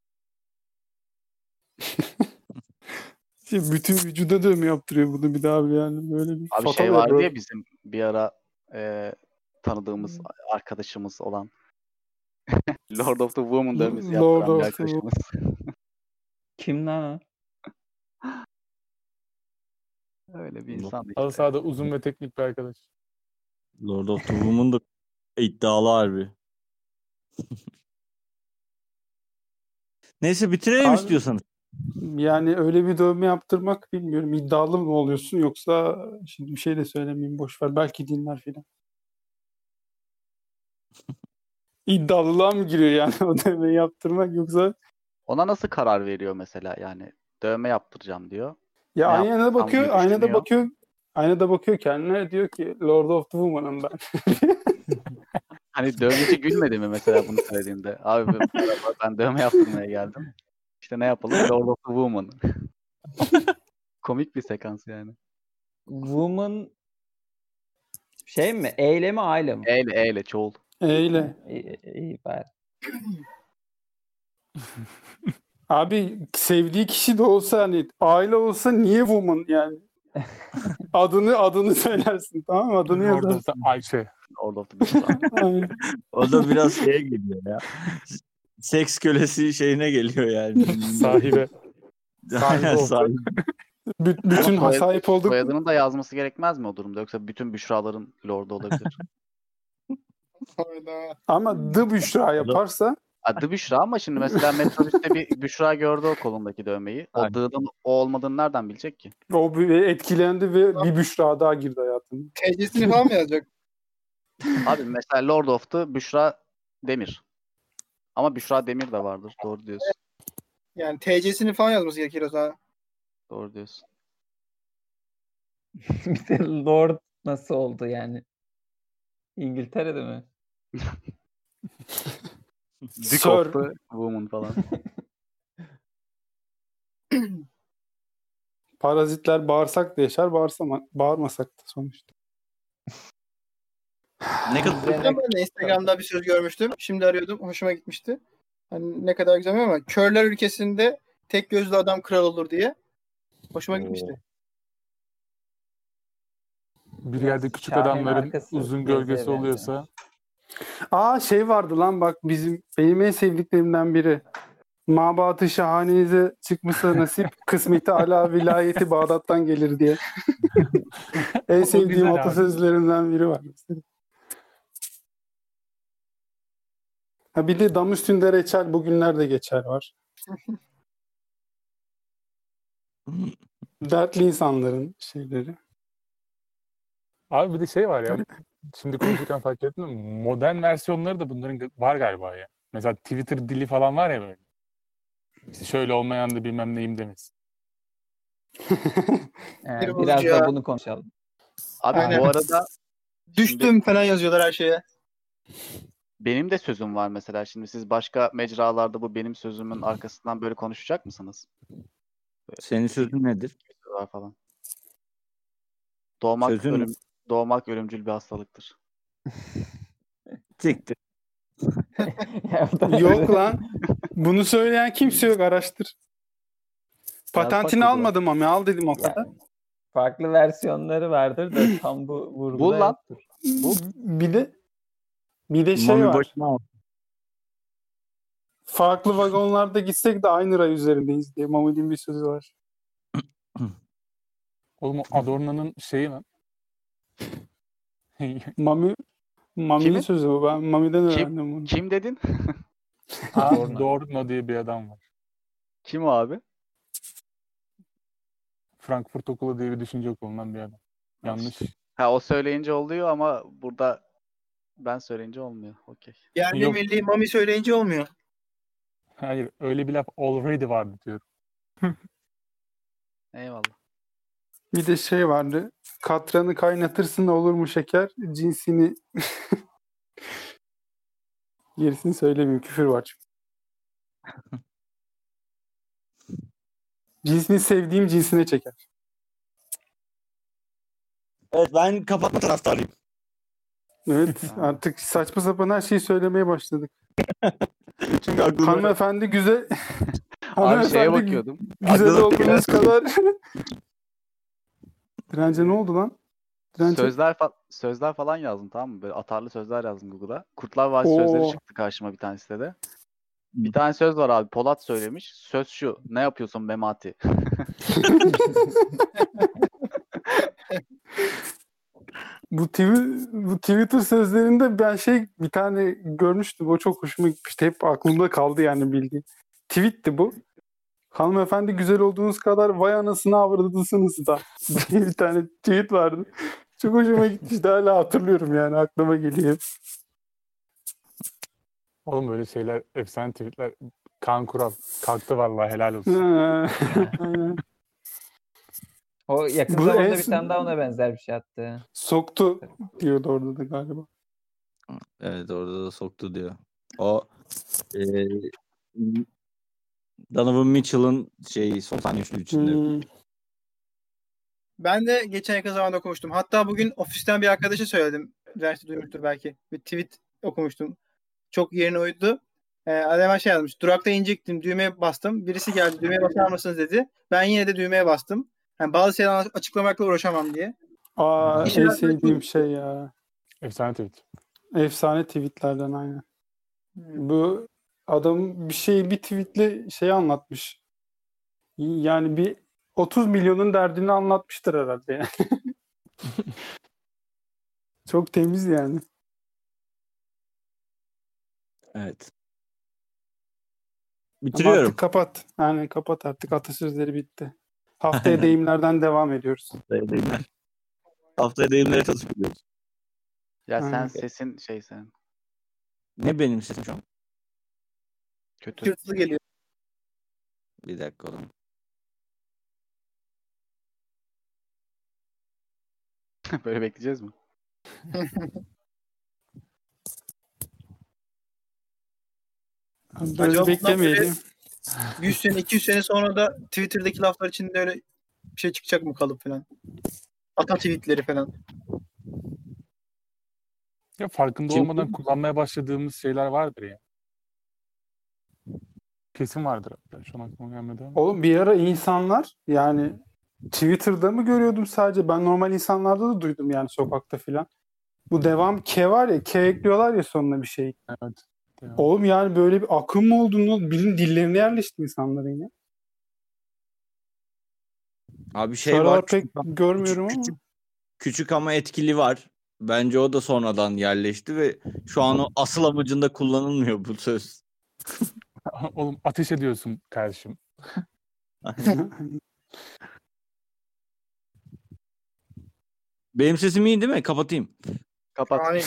S3: Bütün vücuda dövme yaptırıyor bunu bir daha yani böyle bir
S4: Abi
S3: fatal
S4: şey vardı
S3: error.
S4: ya bizim bir ara tanıdığımız arkadaşımız olan Lord of the Woman dövmesi
S3: Lord
S4: yaptıran bir
S3: of the
S4: arkadaşımız.
S6: Kim lan o?
S4: Öyle bir insan
S5: Halı
S4: işte.
S5: sahada uzun ve teknik bir arkadaş.
S1: Lord of the Woman da iddialı harbi. Neyse bitirelim
S3: Abi-
S1: istiyorsanız.
S3: Yani öyle bir dövme yaptırmak bilmiyorum. İddialı mı oluyorsun yoksa şimdi bir şey de söylemeyeyim boş ver. Belki dinler filan. İddialılığa mı giriyor yani o dövmeyi yaptırmak yoksa
S4: Ona nasıl karar veriyor mesela yani dövme yaptıracağım diyor.
S3: ya
S4: Ne
S3: aynada
S4: yaptırsam
S3: bakıyor,
S4: diye
S3: aynada
S4: düşünüyor.
S3: bakıyor, aynada bakıyor kendine diyor ki Lord of the Woman'ım ben.
S4: Hani dövmeci gülmedi mi mesela bunu söylediğinde? Abi merhaba, ben dövme yaptırmaya geldim. İşte ne yapalım? Lord of the Woman. Komik bir sekans yani.
S6: Woman şey mi? Eyle mi aile mi?
S4: Eyle çoğul.
S3: Öyle.
S6: İyi bari.
S3: Abi sevdiği kişi de olsa hani aile olsa niye woman yani? Adını söylersin tamam mı? Adını
S5: Orada
S3: yazarsın.
S5: da Ayşe.
S4: Lord of the Woman.
S3: Aynen.
S1: O da biraz şeye geliyor ya. Seks kölesi şeyine geliyor yani.
S5: Sahibe.
S1: Aynen,
S5: oldu.
S1: sahibi.
S3: Bütün
S4: Ama
S3: sahip olduk.
S4: soyadını da yazması gerekmez mi o durumda? Yoksa bütün Büşraların lordu olabilir.
S2: Hayda.
S3: Ama The Büşra yaparsa
S4: Adı Büşra ama şimdi mesela metrobüste bir Büşra gördü o kolundaki dövmeyi. O
S1: Aynen.
S4: D'nın o olmadığını nereden bilecek ki?
S3: o bir etkilendi ve bir Büşra daha girdi hayatına.
S2: TC'sini falan mı yazacak?
S4: Abi mesela Lord of the Büşra Demir. Ama Büşra Demir de vardır. Doğru diyorsun.
S2: Yani TC'sini falan yazması gerekir o zaman.
S4: Doğru diyorsun.
S6: Bir de Lord nasıl oldu yani? İngiltere'de mi?
S4: Duke
S3: Sir.
S4: of the Woman falan.
S3: Parazitler bağırsak da yaşar, bağırmasak da sonuçta.
S1: Ne kadar
S2: Ben de Instagram'da bir söz görmüştüm. Şimdi arıyordum. Hoşuma gitmişti. Hani ne kadar güzel ama körler ülkesinde tek gözlü adam kral olur diye. Hoşuma gitmişti.
S5: Bir yerde küçük
S6: Şahin
S5: adamların
S6: arkası
S5: uzun
S6: geziye
S5: gölgesi oluyorsa
S3: Şey vardı lan bak benim en sevdiklerimden biri. Mabat-ı şahanenize çıkmışsa nasip, kısmeti ala vilayeti Bağdat'tan gelir diye. En
S5: O
S3: sevdiğim
S5: güzel abi.
S3: atasözlerinden biri var. Ha bir de dam üstünde reçel bugünlerde geçer var. Dertli insanların şeyleri.
S5: abi bir de şey var ya. Şimdi konuşurken fark ettim. Modern versiyonları da bunların var galiba ya. Mesela Twitter dili falan var ya böyle. İşte şöyle olmayan da bilmem neyim demesin.
S2: Bir
S6: Biraz
S2: bozucu ya.
S6: da bunu konuşalım.
S4: Abi
S2: Aynen.
S4: bu arada
S2: Düştüm falan yazıyorlar her şeye.
S4: benim de sözüm var mesela. Şimdi siz başka mecralarda bu benim sözümün arkasından böyle konuşacak mısınız?
S1: senin sözün nedir?
S4: Var falan. Doğmak
S1: Sözün ne?
S4: doğmak ölümcül bir hastalıktır.
S1: Siktir.
S6: Ya bu da-
S3: Yok lan. Bunu söyleyen kimse yok, araştır. Patentini
S4: Yazmak
S3: almadım ama al dedim o
S6: Ya,
S3: kadar.
S6: farklı versiyonları vardır da tam bu vurguda
S4: Bul lan.
S6: yoktur.
S3: Bir de şey
S1: Mami
S3: var.
S1: başına al.
S3: Farklı vagonlarda gitsek de aynı ray üzerindeyiz diye Mahmut'un bir sözü var.
S5: Oğlum o Adorno'nun şeyi lan.
S3: Mami'nin
S4: Kimin?
S3: sözü bu. Ben Mami'den
S4: Kim?
S3: öğrendim bunu.
S4: Kim dedin?
S5: Adorno diye bir adam var.
S4: Kim o abi?
S5: Frankfurt Okulu diye bir düşünce okulundan bir adam. Yanlış.
S4: Ha o söyleyince oluyor ama burada ben söyleyince olmuyor. Okey.
S2: Yerli
S5: Yok.
S2: milli Mami söyleyince olmuyor.
S5: Hayır, öyle bir laf already vardı diyorum.
S4: Eyvallah.
S3: Bir de şey vardı. Katranı kaynatırsın da olur mu şeker? Cinsini gerisini söylemeyeyim. Küfür var çünkü. Cinsini sevdiğim cinsine çeker.
S1: Evet, ben kapatma taraftarıyım.
S3: Evet,
S4: Tamam.
S3: artık saçma sapan her şeyi söylemeye başladık.
S1: Çünkü aklıma
S3: Hanımefendi güzel
S4: Abi şeye
S3: hanımefendi
S4: bakıyordum.
S3: güzel
S1: Aklıma
S3: olduğunuz kadar Dirence ne oldu lan? Dirence
S4: Sözler falan yazdım, tamam mı? Böyle atarlı sözler yazdım Google'a. Kurtlar Vadisi
S3: Oo.
S4: sözleri çıktı karşıma bir tane sitede. Bir tane söz var abi. Polat söylemiş. Söz şu. Ne yapıyorsun Memati?
S3: Bu Twitter sözlerinde ben bir tane görmüştüm. O çok hoşuma gitmişti. Hep aklımda kaldı yani bildiğin. Tweetti bu. Hanımefendi güzel olduğunuz kadar vay anasını avradısınız da diye bir tane tweet vardı. Çok hoşuma gitmişti. Hala hatırlıyorum yani. Aklıma geliyor.
S5: Oğlum böyle şeyler, efsane tweetler. Kaan Kural. Kalktı vallahi, helal olsun.
S3: Aynen.
S6: O yakın
S3: Bu
S6: zamanda
S3: en
S6: bir tane daha ona benzer bir şey attı.
S3: Soktu diyordu orada da galiba.
S1: Evet, orada da soktu diyor. O Donovan Mitchell'ın son saniye üçlü içinde.
S3: Hmm.
S2: Ben de geçen yakın zamanda okumuştum. Hatta bugün ofisten bir arkadaşa söyledim. Dersi duymuştur belki. Bir tweet okumuştum. Çok yerine uydu. Adama şey yazmış. Durakta inecektim. Düğmeye bastım. Birisi geldi. Düğmeye basar mısınız dedi. Ben yine de düğmeye bastım. Yani bazı şeyler açıklamakla uğraşamam diye.
S3: En
S2: İşin
S3: sevdiğim şey ya.
S5: Efsane tweet.
S3: Efsane tweetlerden aynen. Bu adam bir tweetle anlatmış. Yani bir 30 milyonun derdini anlatmıştır herhalde yani. Çok temiz yani.
S1: Evet.
S3: Ama
S1: Bitiriyorum.
S3: artık kapat. Yani kapat artık, atasözleri bitti. Haftaya
S1: Aynen.
S3: deyimlerden devam ediyoruz.
S1: Haftaya deyimlere çalışıyoruz.
S4: Ya sen
S3: Aynen.
S4: sesin senin.
S1: Ne benim sesim şu an?
S4: Kötü.
S2: Çırtılı geliyor.
S1: Bir dakika oğlum.
S4: Böyle bekleyeceğiz mi?
S3: Böyle
S2: Acaba bundan
S3: beklemeyelim.
S2: 100 sene 200 sene sonra da Twitter'daki laflar içinde öyle bir şey çıkacak mı kalıp falan. Ata tweetleri falan.
S5: Ya farkında
S1: Kim-
S5: olmadan kullanmaya başladığımız şeyler vardır ya. Kesin vardır hatta. Şu an aklıma gelmedi ama.
S3: Oğlum bir ara insanlar yani Twitter'da mı görüyordum sadece? Ben normal insanlarda da duydum yani sokakta filan. Bu devam K var ya, K ekliyorlar ya sonuna bir şey.
S5: Evet. Devam.
S3: Oğlum yani böyle bir akım mı olduğunu bilin dillerine yerleşti insanların yine.
S1: Abi
S3: Şu
S1: şey
S3: aralar
S1: var.
S3: pek görmüyorum ama.
S1: Küçük ama etkili var. Bence o da sonradan yerleşti ve şu an o asıl amacında kullanılmıyor bu söz.
S5: Oğlum ateş ediyorsun kardeşim.
S1: Benim sesim iyi değil mi? Kapatayım.
S4: Kapat.
S2: Yani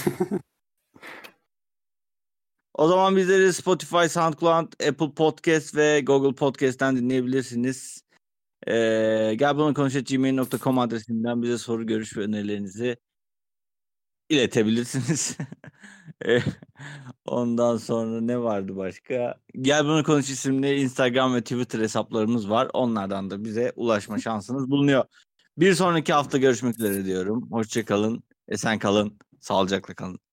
S1: O zaman bizleri Spotify, SoundCloud, Apple Podcast ve Google Podcast'ten dinleyebilirsiniz. Gel bunu konuş@gmail.com adresinden bize soru, görüş ve önerilerinizi iletebilirsiniz. Ondan sonra ne vardı başka? Gel bunu konuş isimli Instagram ve Twitter hesaplarımız var. Onlardan da bize ulaşma şansınız bulunuyor. Bir sonraki hafta görüşmek üzere diyorum. Hoşça kalın, esen kalın, sağlıcakla kalın.